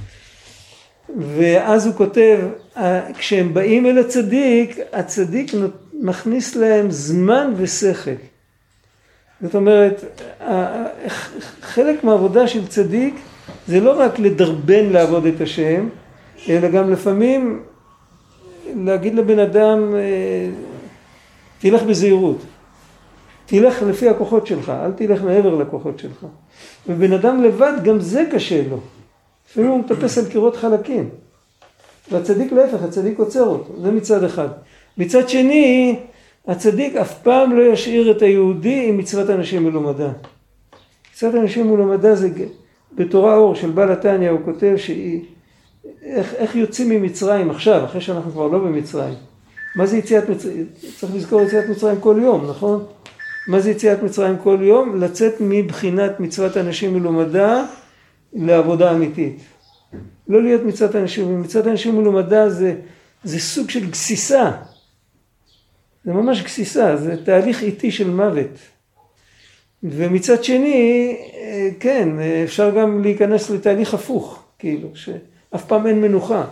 ואז הוא כותב, כשהם באים אל הצדיק, הצדיק מכניס להם זמן ושכל. זאת אומרת, חלק מהעבודה של צדיק זה לא רק לדרבן לעבוד את השם, אלא גם לפעמים להגיד לבן אדם, תלך בזהירות, תלך לפי הכוחות שלך, אל תלך מעבר לכוחות שלך. ובן אדם לבד גם זה קשה לו. לפעמים הוא מטפס על קירות חלקים. והצדיק להפך, הצדיק עוצר אותו, זה מצד אחד. מצד שני, הצדיק אף פעם לא ישאיר את היהודי עם מצוות אנשים מלומדה. מצוות אנשים מלומדה זה בתורה אור של בעל התניא, הוא כותב איך יוצאים ממצרים עכשיו, אחרי שאנחנו כבר לא במצרים. מה זה יציאת מצרים? צריך לזכור יציאת מצרים כל יום, נכון? מה זה יציאת מצרים כל יום? לצאת מבחינת מצוות אנשים מלומדה לעבודה אמיתית. לא להיות מצוות אנשים, מצוות אנשים מלומדה זה סוג של גסיסה. זה ממש גסיסה, זה תהליך איטי של מוות. ומצד שני, כן, אפשר גם להיכנס לתהליך הפוך, כאילו, שאף פעם אין מנוחה.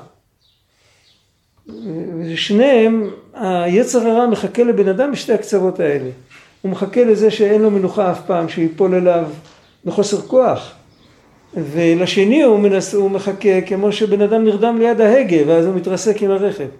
ושניהם, היצר הרע מחכה לבן אדם בשתי הקצוות האלה. הוא מחכה לזה שאין לו מנוחה אף פעם, שיפול אליו בחוסר כוח. ולשני הוא מחכה כמו שבן אדם נרדם ליד ההגה, ואז הוא מתרסק עם הרכב.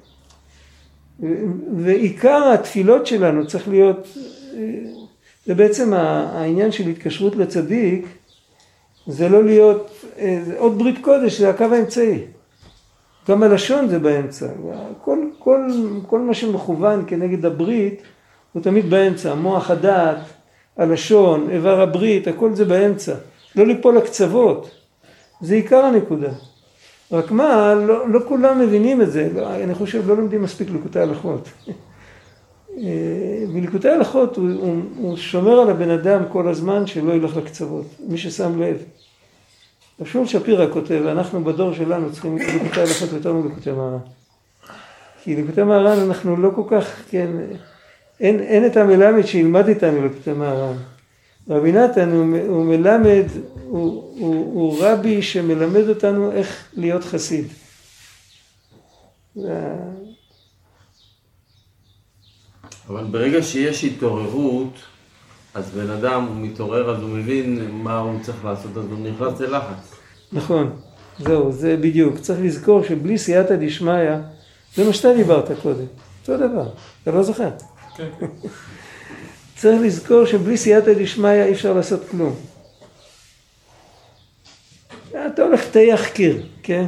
ועיקר התפילות שלנו צריך להיות, זה בעצם העניין של התקשרות לצדיק, זה לא להיות, עוד ברית קודש, זה הקו האמצעי. גם הלשון זה באמצע. כל מה שמכוון כנגד הברית, הוא תמיד באמצע. מוח הדעת, הלשון, איבר הברית, הכל זה באמצע. לא ליפול לקצוות. זה עיקר הנקודה. רק מה, לא כולם מבינים את זה. אני חושב, לא לומדים מספיק ליקוטי הלכות. בליקוטי הלכות הוא שומר על הבן אדם כל הזמן שלא ילך לקצוות. מי ששם לב. שמואל שפירא כותב, אנחנו בדור שלנו צריכים ליקוטי הלכות יותר מליקוטי מהר"ן. כי ליקוטי מהר"ן אנחנו לא כל כך, כן, אין את המלמד שילמד איתנו ליקוטי מהר"ן. רבי נתן הוא מלמד, הוא רבי שמלמד אותנו איך להיות חסיד.
אבל ברגע שיש התעוררות, אז בן אדם הוא מתעורר, אז הוא מבין מה הוא צריך לעשות, אז הוא נכנס ללחץ.
נכון, זהו, זה בדיוק. צריך לזכור שבלי סייעתא דשמיא, זה מה שאתה דיברת קודם. אותו דבר, אתה לא זוכר.
כן.
צריך לזכור שבלי סייעתא דשמיא אי אפשר לעשות כלום. אתה הולך תייח קיר, כן?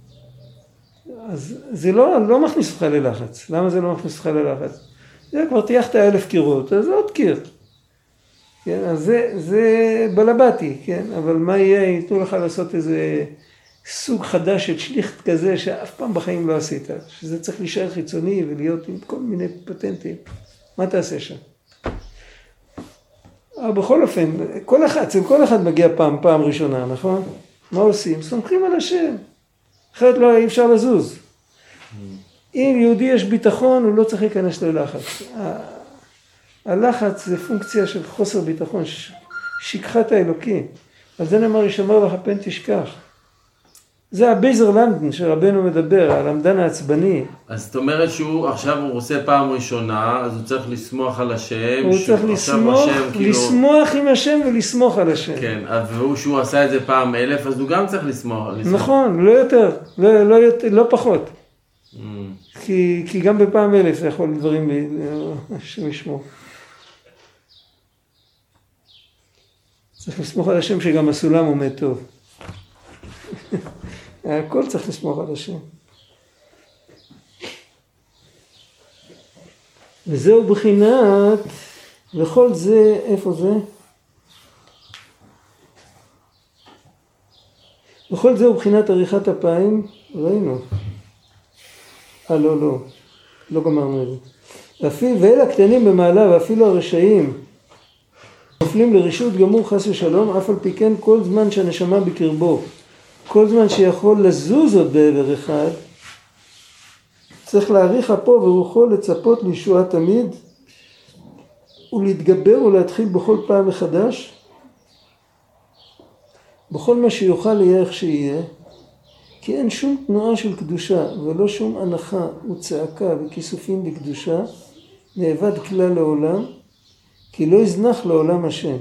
אז זה לא מכניס אותך ללחץ. למה זה לא מכניס אותך ללחץ? זה כבר תייחת 1000 קירות, אז זה עוד קיר. כן, אז זה בלבטי, כן? אבל מה יהיה, ייתנו לך לעשות איזה סוג חדש של שליחת כזה שאף פעם בחיים לא עשית. שזה צריך להישאר חיצוני ולהיות עם כל מיני פטנטים. מה תעשה שם? אבל בכל אופן, כל אחד מגיע פעם ראשונה, נכון? מה עושים? סומכים על השם. אחרת לא, אי אפשר לזוז. אם יהודי יש ביטחון, הוא לא צריך להיכנס ללחץ. הלחץ זה פונקציה של חוסר ביטחון, שכחת האלוקים. אז זה נאמר, ישמר לך פן תשכח. זה הבייזר למדן שרבנו מדבר, הלמדן העצבני.
אז זאת אומרת שהוא עכשיו הוא עושה פעם ראשונה, אז הוא צריך לסמוך על השם.
הוא צריך לסמוך עם השם ולסמוך על השם.
כן, והוא עשה את זה פעם 1000, אז הוא גם צריך לסמוך.
נכון, לא יותר, לא פחות. כי גם בפעם 1000 זה יכול דברים שמשמור. צריך לסמוך על השם שגם הסולם עומד טוב. הכל צריך לסמוך על השם. וזהו בחינת, וכל זה, איפה זה? וכל זהו בחינת עריכת אפיים, ראינו. לא גמרנו את זה. ואלה הקטנים במעלה ואפילו הרשעים, נופלים לרשות גמור חס ושלום, אף על פי כן כל זמן שהנשמה בקרבו, כל זמן שיכול לזוז עוד בעבר אחד, צריך להעריך אפו ורוחו לצפות לישועה תמיד, ולהתגבר ולהתחיל בכל פעם מחדש, בכל מה שיוכל יהיה איך שיהיה, כי אין שום תנועה של קדושה ולא שום הנחה וצעקה וכיסופים לקדושה, נאבד כלל לעולם, כי לא יזנח לעולם השם.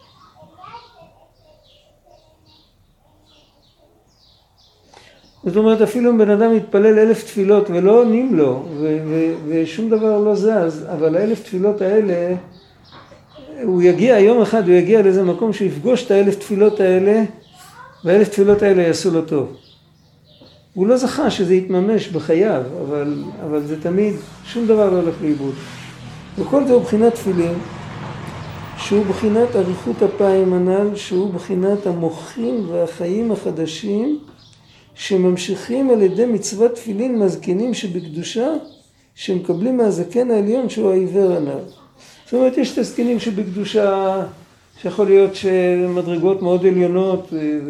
זאת אומרת, אפילו אם בן אדם יתפלל 1000 תפילות ולא עונים לו, ושום דבר לא זז, אבל 1000 תפילות האלה, הוא יגיע, יום אחד הוא יגיע לאיזה מקום שיפגוש את 1000 תפילות האלה, וה1000 תפילות האלה יעשו לו טוב. הוא לא זכה שזה יתממש בחייו, אבל זה תמיד, שום דבר לא הולך לאיבוד. וכל זה הוא בחינת תפילין, שהוא בחינת אריכות אפיים הנ"ל, שהוא בחינת המוחים והחיים החדשים, שממשיכים על ידי מצוות תפילין מזקינים שבקדושה, שמקבלים מהזקן העליון שהוא העיוור הנ"ל. זאת אומרת, יש את הזקנים שבקדושה, שיכול להיות שמדרגות מאוד עליונות,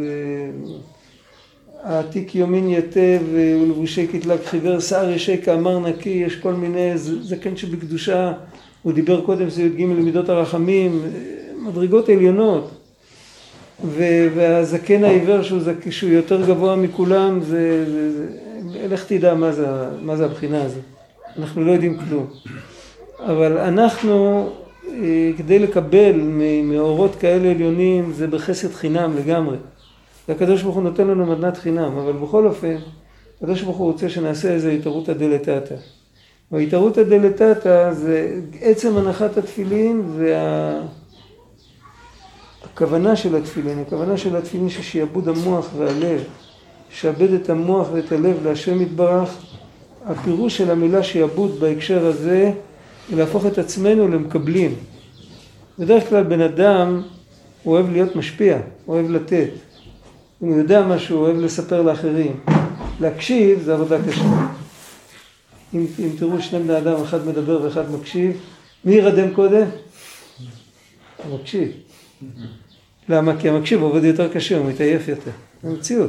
העתיק יומין יתב ולבושי כתלק חיוור, שיער ישי כאמר נקי, יש כל מיני זקן שבקדושה, הוא דיבר קודם, זה י"ג למידות הרחמים, מדרגות עליונות. והזקן העיוור שהוא יותר גבוה מכולם, לך תדע מה זה הבחינה הזאת. אנחנו לא יודעים כלום. אבל אנחנו, כדי לקבל מאורות כאלה עליונים, זה בחסד חינם לגמרי. והקדוש ברוך הוא נותן לנו מתנת חינם, אבל בכל אופן, הקדוש ברוך הוא רוצה שנעשה איזה התערותא דלתתא. וההתערותא דלתתא זה עצם הנחת התפילין הכוונה של התפילין. הכוונה של התפילין ששיעבוד המוח והלב, שעבד את המוח ואת הלב להשם יתברך. הפירוש של המילה שיעבוד בהקשר הזה, היא להפוך את עצמנו למקבלים. בדרך כלל בן אדם הוא אוהב להיות משפיע, הוא אוהב לתת. הוא יודע משהו, הוא אוהב לספר לאחרים. להקשיב זה עבודה קשה. אם תראו שני בני אדם, אחד מדבר ואחד מקשיב, מי ירדם קודם? הוא מקשיב. למה? כי המקשיב עובד יותר קשה, הוא מתעייף יותר. זה מציאות.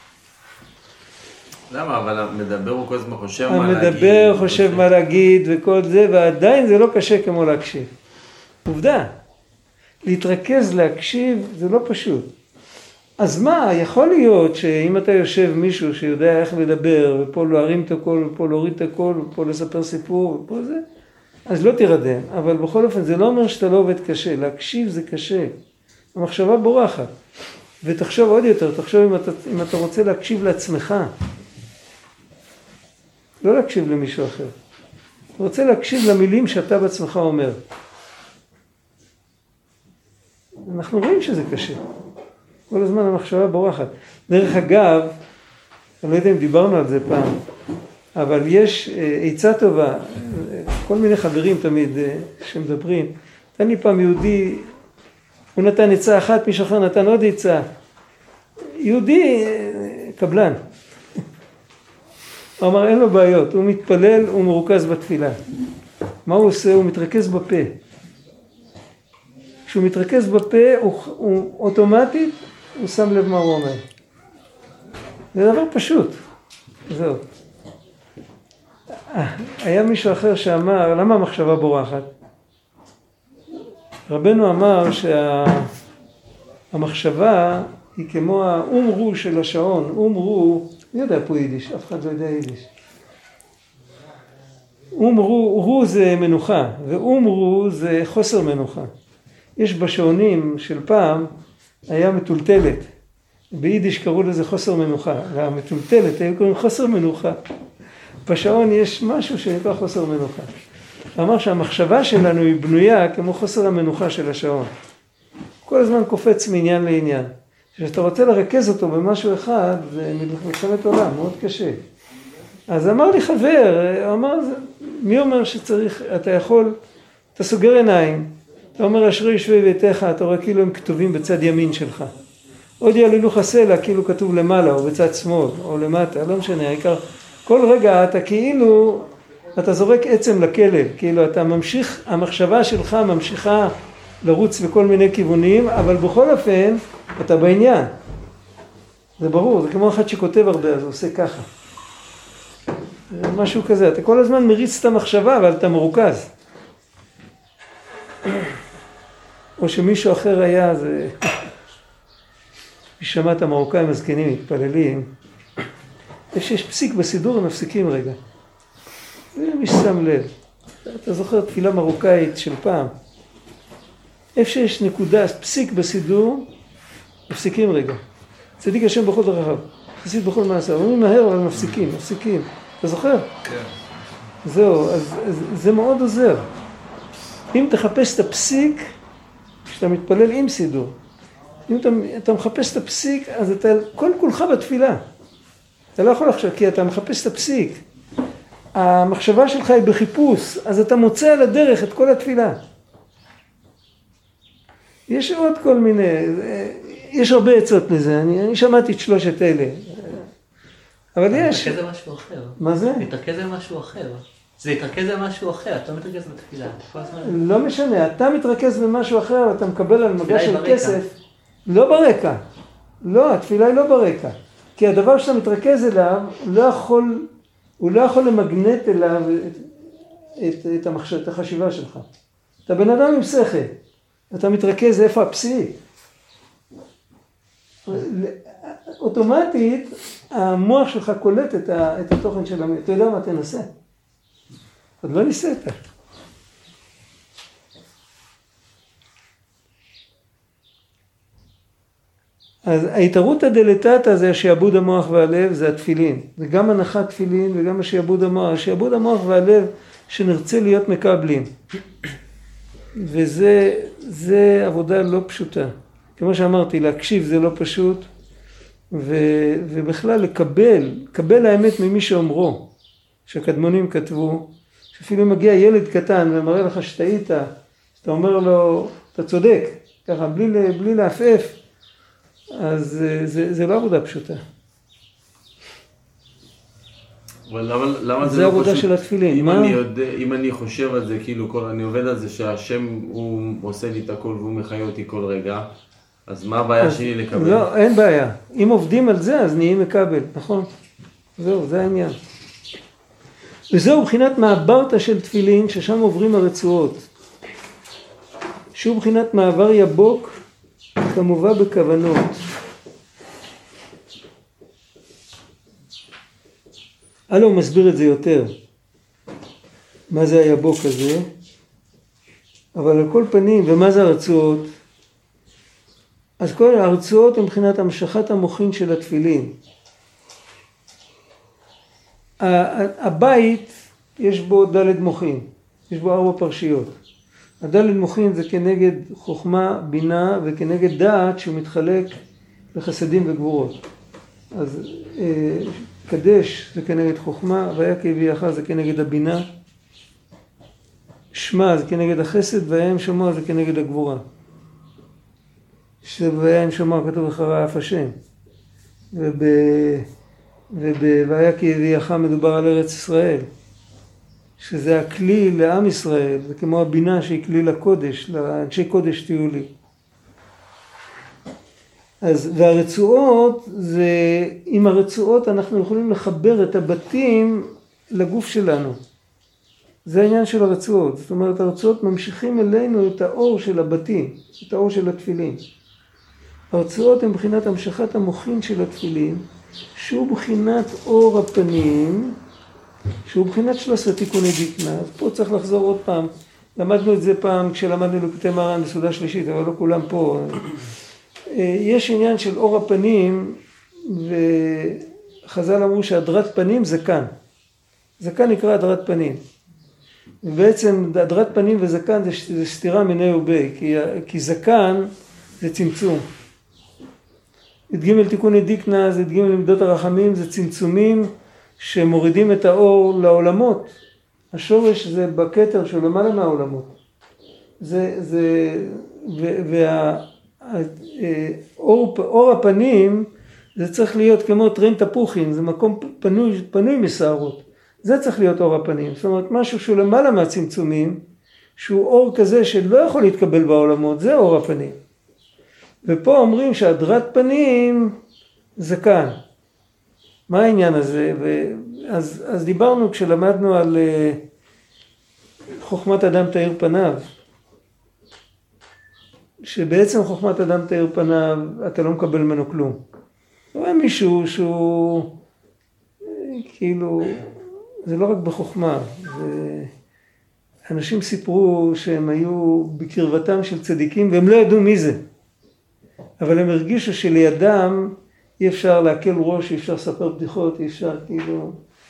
למה? אבל המדבר הוא כל הזמן חושב מה להגיד.
המדבר חושב מה להגיד וכל זה, ועדיין זה לא קשה כמו להקשיב. עובדה. להתרכז להקשיב זה לא פשוט. אז מה, יכול להיות שאם אתה יושב מישהו שיודע איך לדבר, ופה להרים את הכל, ופה להוריד את הכל, ופה לספר סיפור, ופה זה, אז לא תירדם. אבל בכל אופן זה לא אומר שאתה לא עובד קשה. להקשיב זה קשה. המחשבה בורחת. ותחשוב עוד יותר, תחשוב אם אתה רוצה להקשיב לעצמך. לא להקשיב למישהו אחר. אתה רוצה להקשיב למילים שאתה בעצמך אומר. אנחנו רואים שזה קשה. כל הזמן המחשבה בורחת. דרך אגב, אני לא יודע אם דיברנו על זה פעם, אבל יש עצה טובה, כל מיני חברים תמיד שמדברים. נתן לי פעם יהודי, הוא נתן עצה אחת, מישהו אחר נתן עוד עצה. יהודי קבלן. הוא אמר אין לו בעיות, הוא מתפלל, הוא מרוכז בתפילה. מה הוא עושה? הוא מתרכז בפה. כשהוא מתרכז בפה, הוא אוטומטית, הוא שם לב מה הוא אומר. זה דבר פשוט. זהו. היה מישהו אחר שאמר, למה המחשבה בורחת? רבנו אמר שהמחשבה היא כמו האומרו של השעון. אומרו, אני יודע פה יידיש, אף אחד לא יודע יידיש. אומרו, רו זה מנוחה, ואומרו זה חוסר מנוחה. יש בשעונים של פעם, היה מטולטלת. ביידיש קראו לזה חוסר מנוחה. והמטולטלת היו קוראים חוסר מנוחה. בשעון יש משהו שנקרא חוסר מנוחה. אמר שהמחשבה שלנו היא בנויה כמו חוסר המנוחה של השעון. כל הזמן קופץ מעניין לעניין. כשאתה רוצה לרכז אותו במשהו אחד, זה מלחמת עולם, מאוד קשה. אז אמר לי חבר, אמר, מי אומר שצריך, אתה יכול, אתה סוגר עיניים, אתה אומר, אשרי יושבי ביתך, אתה רואה כאילו הם כתובים בצד ימין שלך. עוד יעללוך הסלע, כאילו כתוב למעלה, או בצד שמאל, או למטה, לא משנה, העיקר, כל רגע אתה כאילו, אתה זורק עצם לכלב, כאילו אתה ממשיך, המחשבה שלך ממשיכה לרוץ בכל מיני כיוונים, אבל בכל אופן, אתה בעניין. זה ברור, זה כמו אחד שכותב הרבה, אז הוא עושה ככה. משהו כזה, אתה כל הזמן מריץ את המחשבה, אבל אתה מרוכז. או שמישהו אחר היה, זה... שמע את המרוקאים הזקנים, מתפללים. יש פסיק בסידור, הם מפסיקים רגע. זה מי ששם לב. אתה זוכר תפילה מרוקאית של פעם. איפה שיש נקודה, פסיק בסידור, מפסיקים רגע. צדיק השם בכל דרכיו, חסיד בכל מעשה. אומרים מהר, אבל מפסיקים. אתה זוכר?
כן.
זהו, אז זה מאוד עוזר. אם תחפש את הפסיק, כשאתה מתפלל עם סידור, אם אתה מחפש את הפסיק, אז אתה כל כולך בתפילה. אתה לא יכול לחשוב, כי אתה מחפש את הפסיק. המחשבה שלך היא בחיפוש, אז אתה מוצא על הדרך את כל התפילה. יש עוד כל מיני, יש הרבה עצות לזה, אני שמעתי את שלושת אלה. אבל יש...
להתרכז זה משהו אחר.
מה זה?
להתרכז זה משהו אחר. זה להתרכז זה משהו אחר, אתה לא מתרכז בתפילה.
לא משנה, אתה מתרכז במשהו אחר, אתה מקבל על מגע של כסף. לא ברקע. לא, התפילה היא לא ברקע. כי הדבר שאתה מתרכז אליו, הוא לא יכול למגנט אליו את החשיבה שלך. אתה בן אדם עם שכל. אתה מתרכז איפה הפסיק. אוטומטית, המוח שלך קולט את התוכן של אתה יודע מה תנסה. עוד לא ניסית. אז ההתערותא דלתתא זה השעבוד המוח והלב, זה התפילין. זה גם הנחת תפילין וגם השעבוד המוח. השעבוד המוח והלב שנרצה להיות מקבלים. וזה עבודה לא פשוטה. כמו שאמרתי, להקשיב זה לא פשוט. ובכלל לקבל האמת ממי שאומרו. שהקדמונים כתבו. שאפילו מגיע ילד קטן ומראה לך שטעית. אתה אומר לו, אתה צודק. ככה, בלי להפף. אז זה לא עבודה פשוטה.
אבל למה
זה עבודה של התפילין.
אם אני חושב על זה, כאילו אני עובד על זה שהשם הוא עושה לי את הכל והוא מחיה אותי כל רגע, אז מה הבעיה שלי לקבל?
לא, אין בעיה. אם עובדים על זה, אז נהיים מקבל, נכון? זהו, זה העניין. וזהו בחינת מעברתא של תפילין, ששם עוברים הרצועות. שהוא בחינת מעבר יבוק, כמובן בכוונות. הוא מסביר את זה יותר. מה זה היבוק הזה? אבל על כל פנים, ומה זה הרצועות? אז כל הרצועות הן מבחינת המשכת המוחין של התפילין. הבית יש בו ד' מוחין, יש בו 4 פרשיות. הד' מוחין זה כנגד חוכמה, בינה וכנגד דעת שהוא מתחלק לחסדים וגבורות. אז קדש זה כנגד חוכמה, והיה כביאך זה כנגד הבינה, שמה זה כנגד החסד, והיה עם שמוע זה כנגד הגבורה. והיה עם שמוע כתוב אחרי אף השם. והיה כביאך מדובר על ארץ ישראל. שזה הכלי לעם ישראל, זה כמו הבינה שהיא כלי לקודש, לאנשי קודש תהיו לי. והרצועות, עם הרצועות אנחנו יכולים לחבר את הבתים לגוף שלנו. זה העניין של הרצועות. זאת אומרת, הרצועות ממשיכים אלינו את האור של הבתים, את האור של התפילין. הרצועות הן בחינת המשכת המוחין של התפילין, שהוא בחינת אור הפנים, שהוא בחינת 13 תיקוני דיקנה. אז פה צריך לחזור עוד פעם. למדנו את זה פעם כשלמדנו לקוטי מרן בסעודה שלישית, אבל לא כולם פה. יש עניין של אור הפנים, וחז"ל אמרו שהדרת פנים זה כאן. זקן נקרא הדרת פנים. ובעצם הדרת פנים וזקן זה סתירה מיני ובי, כי זקן זה צמצום. את ג' תיקוני דיקנה, זה את ג' למידות הרחמים, זה צמצומים שמורידים את האור לעולמות. השורש זה בכתר של למעלה מהעולמות. אור הפנים זה צריך להיות כמו טרין תפוחים, זה מקום פנוי משערות. זה צריך להיות אור הפנים. זאת אומרת, משהו שהוא למעלה מהצמצומים, שהוא אור כזה שלא יכול להתקבל בעולמות, זה אור הפנים. ופה אומרים שהדרת פנים זה כאן. מה העניין הזה? אז דיברנו כשלמדנו על חוכמת אדם תאיר פניו. שבעצם חוכמת אדם תאיר פניו, אתה לא מקבל ממנו כלום. רואה מישהו שהוא, כאילו, זה לא רק בחוכמה. אנשים סיפרו שהם היו בקרבתם של צדיקים, והם לא ידעו מי זה. אבל הם הרגישו שלידם אי אפשר להקל ראש, אי אפשר לספר בדיחות, אי אפשר כאילו...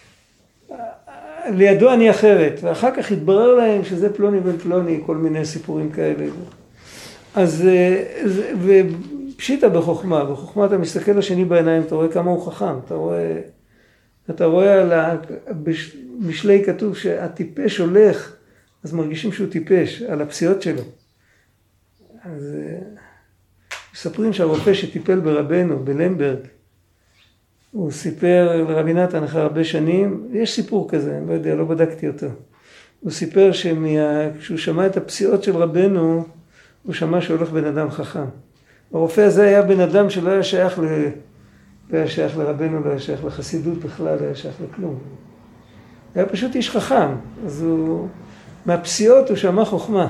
לידו אני אחרת, ואחר כך התברר להם שזה פלוני בן פלוני, כל מיני סיפורים כאלה. אז, ופשיטה בחוכמה אתה מסתכל לשני בעיניים, אתה רואה כמה הוא חכם, אתה רואה אתה רואה במשלי כתוב שהטיפש הולך, אז מרגישים שהוא טיפש, על הפסיעות שלו. אז מספרים שהרופא שטיפל ברבנו, בלמברג, הוא סיפר לרבי נתן אחרי הרבה שנים, יש סיפור כזה, אני לא יודע, לא בדקתי אותו. הוא סיפר כשהוא שמע את הפסיעות של רבנו, הוא שמע שהולך בן אדם חכם. הרופא הזה היה בן אדם שלא היה שייך לא היה שייך לרבנו, לא היה שייך לחסידות בכלל, לא היה שייך לכלום. היה פשוט איש חכם, אז מהפסיעות הוא שמע חוכמה.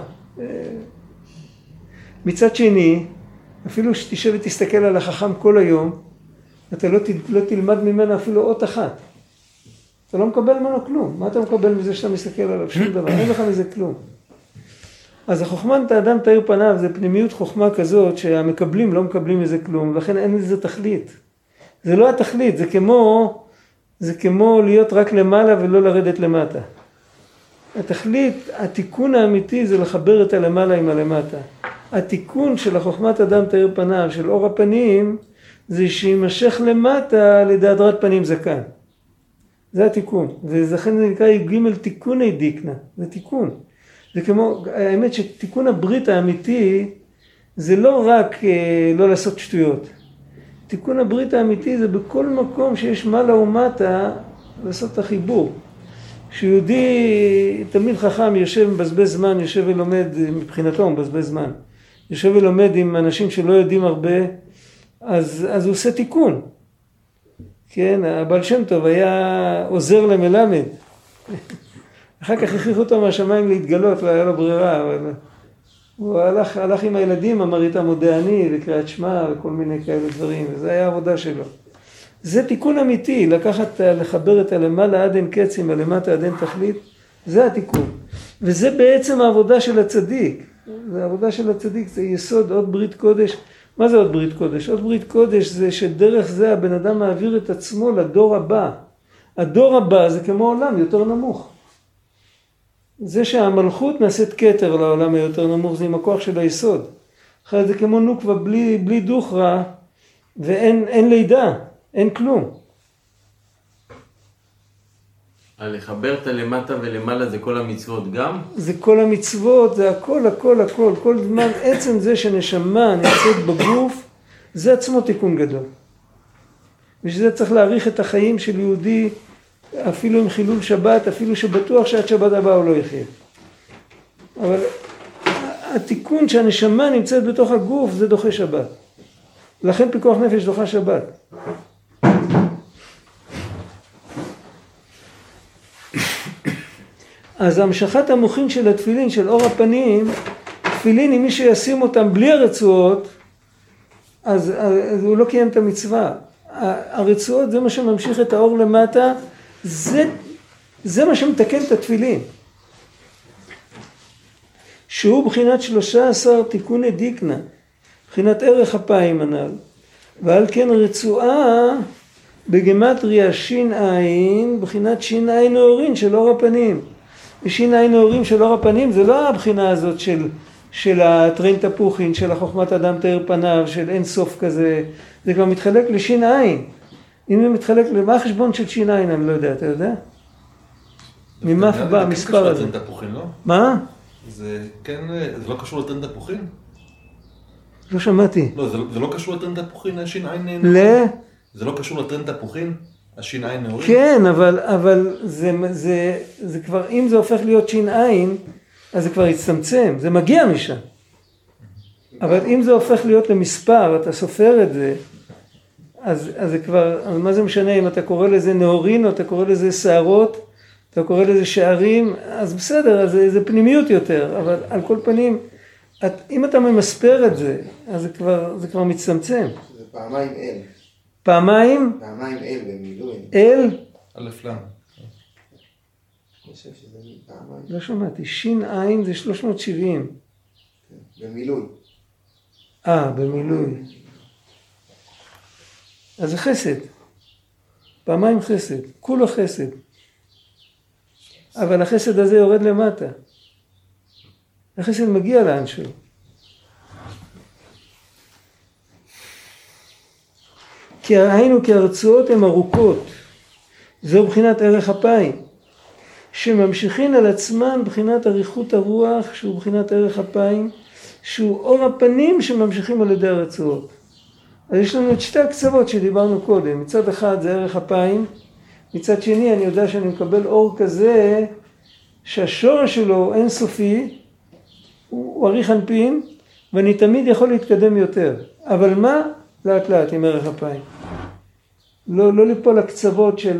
מצד שני, אפילו שתשב ותסתכל על החכם כל היום, אתה לא תלמד ממנו אפילו אות אחת. אתה לא מקבל ממנו כלום. מה אתה מקבל מזה שאתה מסתכל עליו? שום דבר, אין לך מזה כלום. אז החוכמה את האדם תאיר פניו, זה פנימיות חוכמה כזאת שהמקבלים לא מקבלים מזה כלום, ולכן אין לזה תכלית. זה לא התכלית, זה כמו להיות רק למעלה ולא לרדת למטה. התכלית, התיקון האמיתי זה לחבר את הלמעלה עם הלמטה. התיקון של החוכמת אדם תאיר פניו, של אור הפנים, זה שימשך למטה לדהדרת פנים זקן. זה התיקון. ולכן זה נקרא י"ג תיקוני דיקנה. זה תיקון. זה כמו, האמת שתיקון הברית האמיתי, זה לא רק לא לעשות שטויות. תיקון הברית האמיתי זה בכל מקום שיש מעלה ומטה לעשות את החיבור. כשיהודי תמיד חכם יושב מבזבז זמן, יושב ולומד, מבחינתו מבזבז זמן, יושב ולומד עם אנשים שלא יודעים הרבה, אז הוא עושה תיקון. כן, הבעל שם טוב היה עוזר למלמד. אחר כך הכריחו אותו מהשמיים להתגלות, לא היה לו ברירה, אבל הוא הלך עם הילדים, אמר איתם מודה אני, וקריאת שמע וכל מיני כאלה דברים, וזה היה העבודה שלו. זה תיקון אמיתי, לחבר את הלמעלה עד אין קץ עם הלמטה עד אין תכלית, זה התיקון. וזה בעצם העבודה של הצדיק. זה העבודה של הצדיק, זה יסוד עוד ברית קודש. מה זה עוד ברית קודש? עוד ברית קודש זה שדרך זה הבן אדם מעביר את עצמו לדור הבא. הדור הבא זה כמו עולם יותר נמוך. זה שהמלכות נעשית כתר לעולם היותר נמוך, זה עם הכוח של היסוד. אחרי זה כמו נוקבה בלי דוחרה, ואין לידה, אין כלום.
לחבר את הלמטה ולמעלה זה כל המצוות גם?
זה כל המצוות, זה הכל, הכל, הכל. כל זמן, עצם זה שנשמה נמצאת בגוף, זה עצמו תיקון גדול. ושזה צריך להאריך את החיים של יהודי, אפילו עם חילול שבת, אפילו שבטוח שעד שבת הבא הוא לא יחיה. אבל התיקון שהנשמה נמצאת בתוך הגוף זה דוחה שבת. לכן פיקוח נפש דוחה שבת. אז המשכת המוחין של התפילין, של אור הפנים, תפילין, אם מי שישים אותם בלי הרצועות, אז הוא לא קיים את המצווה. הרצועות זה מה שממשיך את האור למטה, זה מה שמתקן את התפילין. שהוא בחינת 13 תיקוני דיקנה, בחינת ערך אפיים הנ"ל. ועל כן רצועה בגמטריה שין עין, בחינת שין עין נאורין של אור הפנים. ושין עין נאורים של אור הפנים זה לא הבחינה הזאת של הטרין תפוחין, של החוכמת אדם תאיר פניו, של אין סוף כזה. זה כבר מתחלק לשין עין. אם זה מתחלק, למה החשבון של שין עין? אני לא יודע, אתה יודע? ממה בא המספר הזה?
זה כן קשור לטרין תפוחין, לא?
מה?
זה לא קשור לטרין תפוחין?
לא שמעתי.
לא, זה לא קשור לטרין תפוחין, השין עין זה לא קשור לטרין תפוחין? השין עין נאורים?
כן, אבל זה כבר, אם זה הופך להיות שין עין, אז זה כבר יצטמצם, זה מגיע משם. אבל אם זה הופך להיות למספר, אתה סופר את זה, אז זה כבר, מה זה משנה אם אתה קורא לזה נאורין, או אתה קורא לזה שערות, אתה קורא לזה שערים, אז בסדר, אז זה פנימיות יותר, אבל על כל פנים, אם אתה ממספר את זה, אז זה כבר מצטמצם.
זה פעמיים אל.
פעמיים?
פעמיים אל במילוי.
אל?
א' ל'.
אני חושב שזה פעמיים.
לא שמעתי, שין עין זה 370.
במילוי.
במילוי. אז זה חסד. פעמיים חסד. כולו חסד. אבל החסד הזה יורד למטה. החסד מגיע לאנשהו. כי הרצועות הן ארוכות. זו בחינת ערך אפיים, שממשיכין על עצמן בחינת אריכות הרוח, שהוא בחינת ערך אפיים, שהוא אור הפנים שממשיכים על ידי הרצועות. אז יש לנו את שתי הקצוות שדיברנו קודם. מצד אחד זה ערך אפיים, מצד שני אני יודע שאני מקבל אור כזה שהשורש שלו אינסופי, הוא אריך אנפין, ואני תמיד יכול להתקדם יותר. אבל מה? לאט לאט עם ערך אפיים. לא ליפול לקצוות של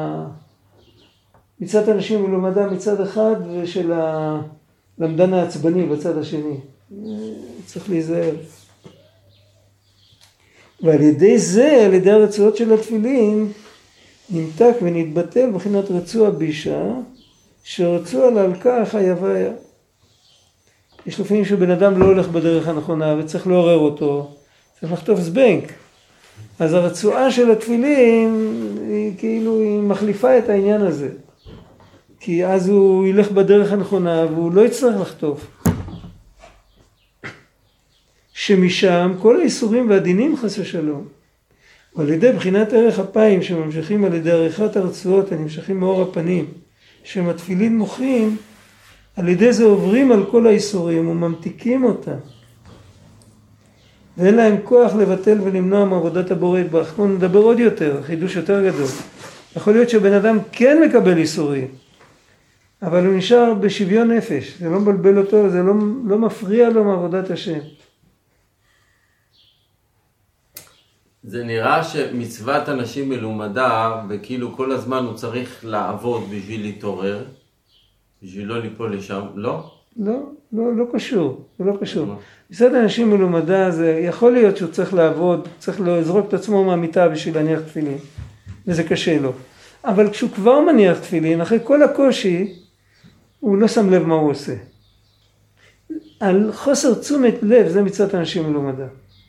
מצד אנשים מלומדה מצד אחד ושל הלמדן העצבני בצד השני. צריך להיזהר. ועל ידי זה, על ידי הרצועות של התפילין, נמתק ונתבטל בחינת רצוע בישה, שרצוע לה כך היוויה. יש לפעמים שבן אדם לא הולך בדרך הנכונה וצריך לעורר אותו, צריך לחטוף זבנק. אז הרצועה של התפילין היא כאילו היא מחליפה את העניין הזה. כי אז הוא ילך בדרך הנכונה והוא לא יצטרך לחטוף. שמשם כל האיסורים והדינים חס ושלום. ועל ידי בחינת ערך אפיים שממשיכים על ידי עריכת הרצועות הנמשכים מאור הפנים, שהם התפילין מוחים, על ידי זה עוברים על כל האיסורים וממתיקים אותם. ואין להם כוח לבטל ולמנוע מעבודת הבורא יתברך. בואו נדבר עוד יותר, חידוש יותר גדול. יכול להיות שבן אדם כן מקבל איסורים, אבל הוא נשאר בשוויון נפש. זה לא מבלבל אותו, זה לא מפריע לו מעבודת השם.
זה נראה שמצוות אנשים מלומדה, וכאילו כל הזמן הוא צריך לעבוד בשביל להתעורר, בשביל לא ליפול לשם, לא?
לא קשור, זה לא קשור. מצוות אנשים מלומדה זה יכול להיות שהוא צריך לעבוד, צריך לזרוק את עצמו מהמיטה בשביל להניח תפילין, וזה קשה לו. אבל כשהוא כבר מניח תפילין, אחרי כל הקושי, הוא לא שם לב מה הוא עושה. על חוסר תשומת לב, זה מצוות אנשים מלומדה.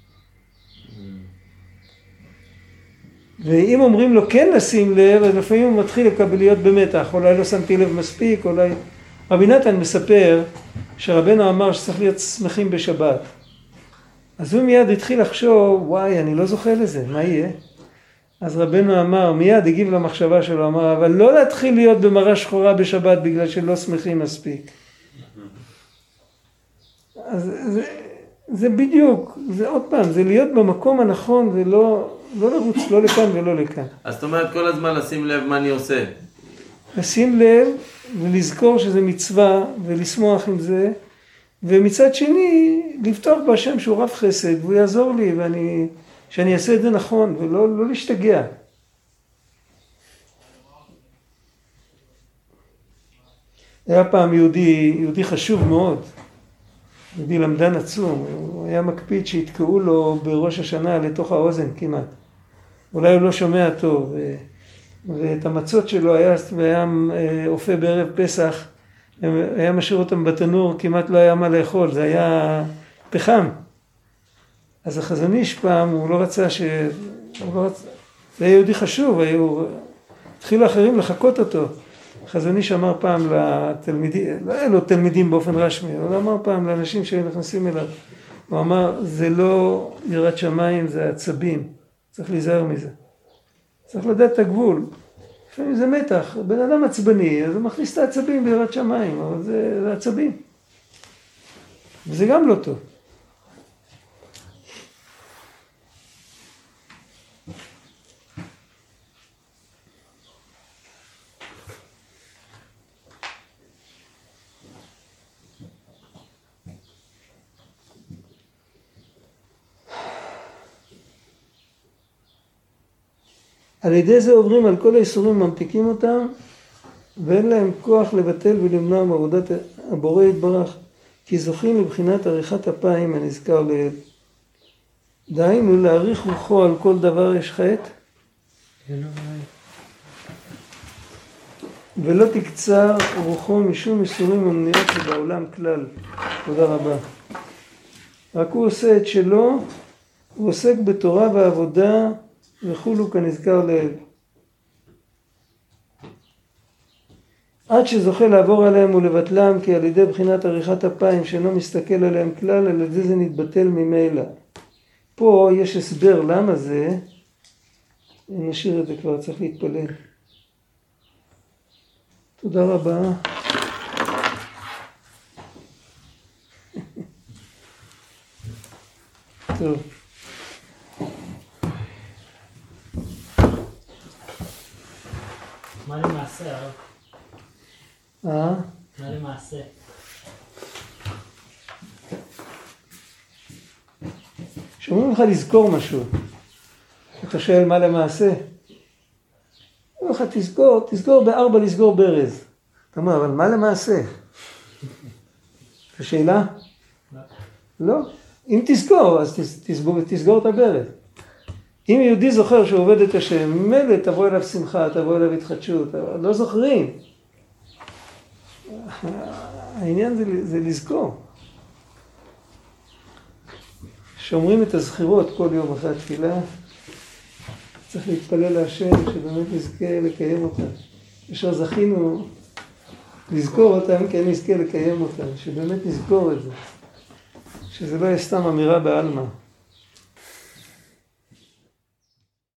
ואם אומרים לו כן לשים לב, אז לפעמים הוא מתחיל להיות במתח, אולי לא שמתי לב מספיק, אולי... רבי נתן מספר שרבנו אמר שצריך להיות שמחים בשבת. אז הוא מיד התחיל לחשוב, וואי, אני לא זוכה לזה, מה יהיה? אז רבנו אמר, מיד הגיב למחשבה שלו, אמר, אבל לא להתחיל להיות במראה שחורה בשבת בגלל שלא שמחים מספיק. אז זה בדיוק, זה עוד פעם, זה להיות במקום הנכון ולא לרוץ, לא לכאן ולא לכאן.
אז זאת אומרת כל הזמן לשים לב מה אני עושה.
לשים לב ולזכור שזה מצווה ולשמוח עם זה, ומצד שני לפתוח בהשם שהוא רב חסד והוא יעזור לי שאני אעשה את זה נכון ולא להשתגע. היה פעם יהודי חשוב מאוד, יהודי למדן עצום, הוא היה מקפיד שהתקעו לו בראש השנה לתוך האוזן כמעט. אולי הוא לא שומע טוב, ואת המצות שלו היה אופה בערב פסח, היה משאיר אותם בתנור, כמעט לא היה מה לאכול, זה היה פחם. אז החזון איש פעם, הוא לא רצה זה היה יהודי חשוב, התחילו אחרים לחכות אותו. החזון איש אמר פעם לתלמידים, לא היה לו תלמידים באופן רשמי, אבל אמר פעם לאנשים שנכנסים אליו, הוא אמר, זה לא יראת שמיים, זה עצבים, צריך להיזהר מזה. צריך לדעת את הגבול. לפעמים זה מתח, בן אדם עצבני, אז הוא מכניס את העצבים ביראת שמיים, אבל זה עצבים. וזה גם לא טוב. על ידי זה עוברים על כל האיסורים, ממתיקים אותם, ואין להם כוח לבטל ולמנוע מעבודת הבורא יתברך, כי זוכים לבחינת עריכת אפיים הנזכר לעיל. דהיינו להעריך רוחו על כל דבר יש חטא, ולא תקצר רוחו משום איסורים ומניעות שבעולם כלל. תודה רבה. רק הוא עושה את שלו, הוא עוסק בתורה ועבודה, וכולו כנזכר לעיל. עד שזוכה לעבור עליהם ולבטלם, כי על ידי בחינת עריכת אפיים שאינו מסתכל עליהם כלל, על ידי זה נתבטל ממילא. פה יש הסבר למה זה, נשאיר את זה כבר, צריך להתפלל. תודה רבה. טוב.
מה למעשה, הרב? מה למעשה?
שאומרים לך לזכור משהו. אתה שואל מה למעשה? אומרים לך תזכור ב4 לסגור ברז. אתה אומר, אבל מה למעשה? השאלה? לא. אם תזכור, אז תסגור את הברז. אם יהודי זוכר שהוא עובד את השם, מילא תבוא אליו שמחה, תבוא אליו התחדשות, לא זוכרים. העניין זה לזכור. שומרים את הזכירות כל יום אחרי התפילה, צריך להתפלל להשם שבאמת נזכה לקיים אותם. אשר זכינו לזכור אותם, כן נזכה לקיים אותם, שבאמת נזכור את זה. שזה לא יהיה סתם אמירה בעלמא.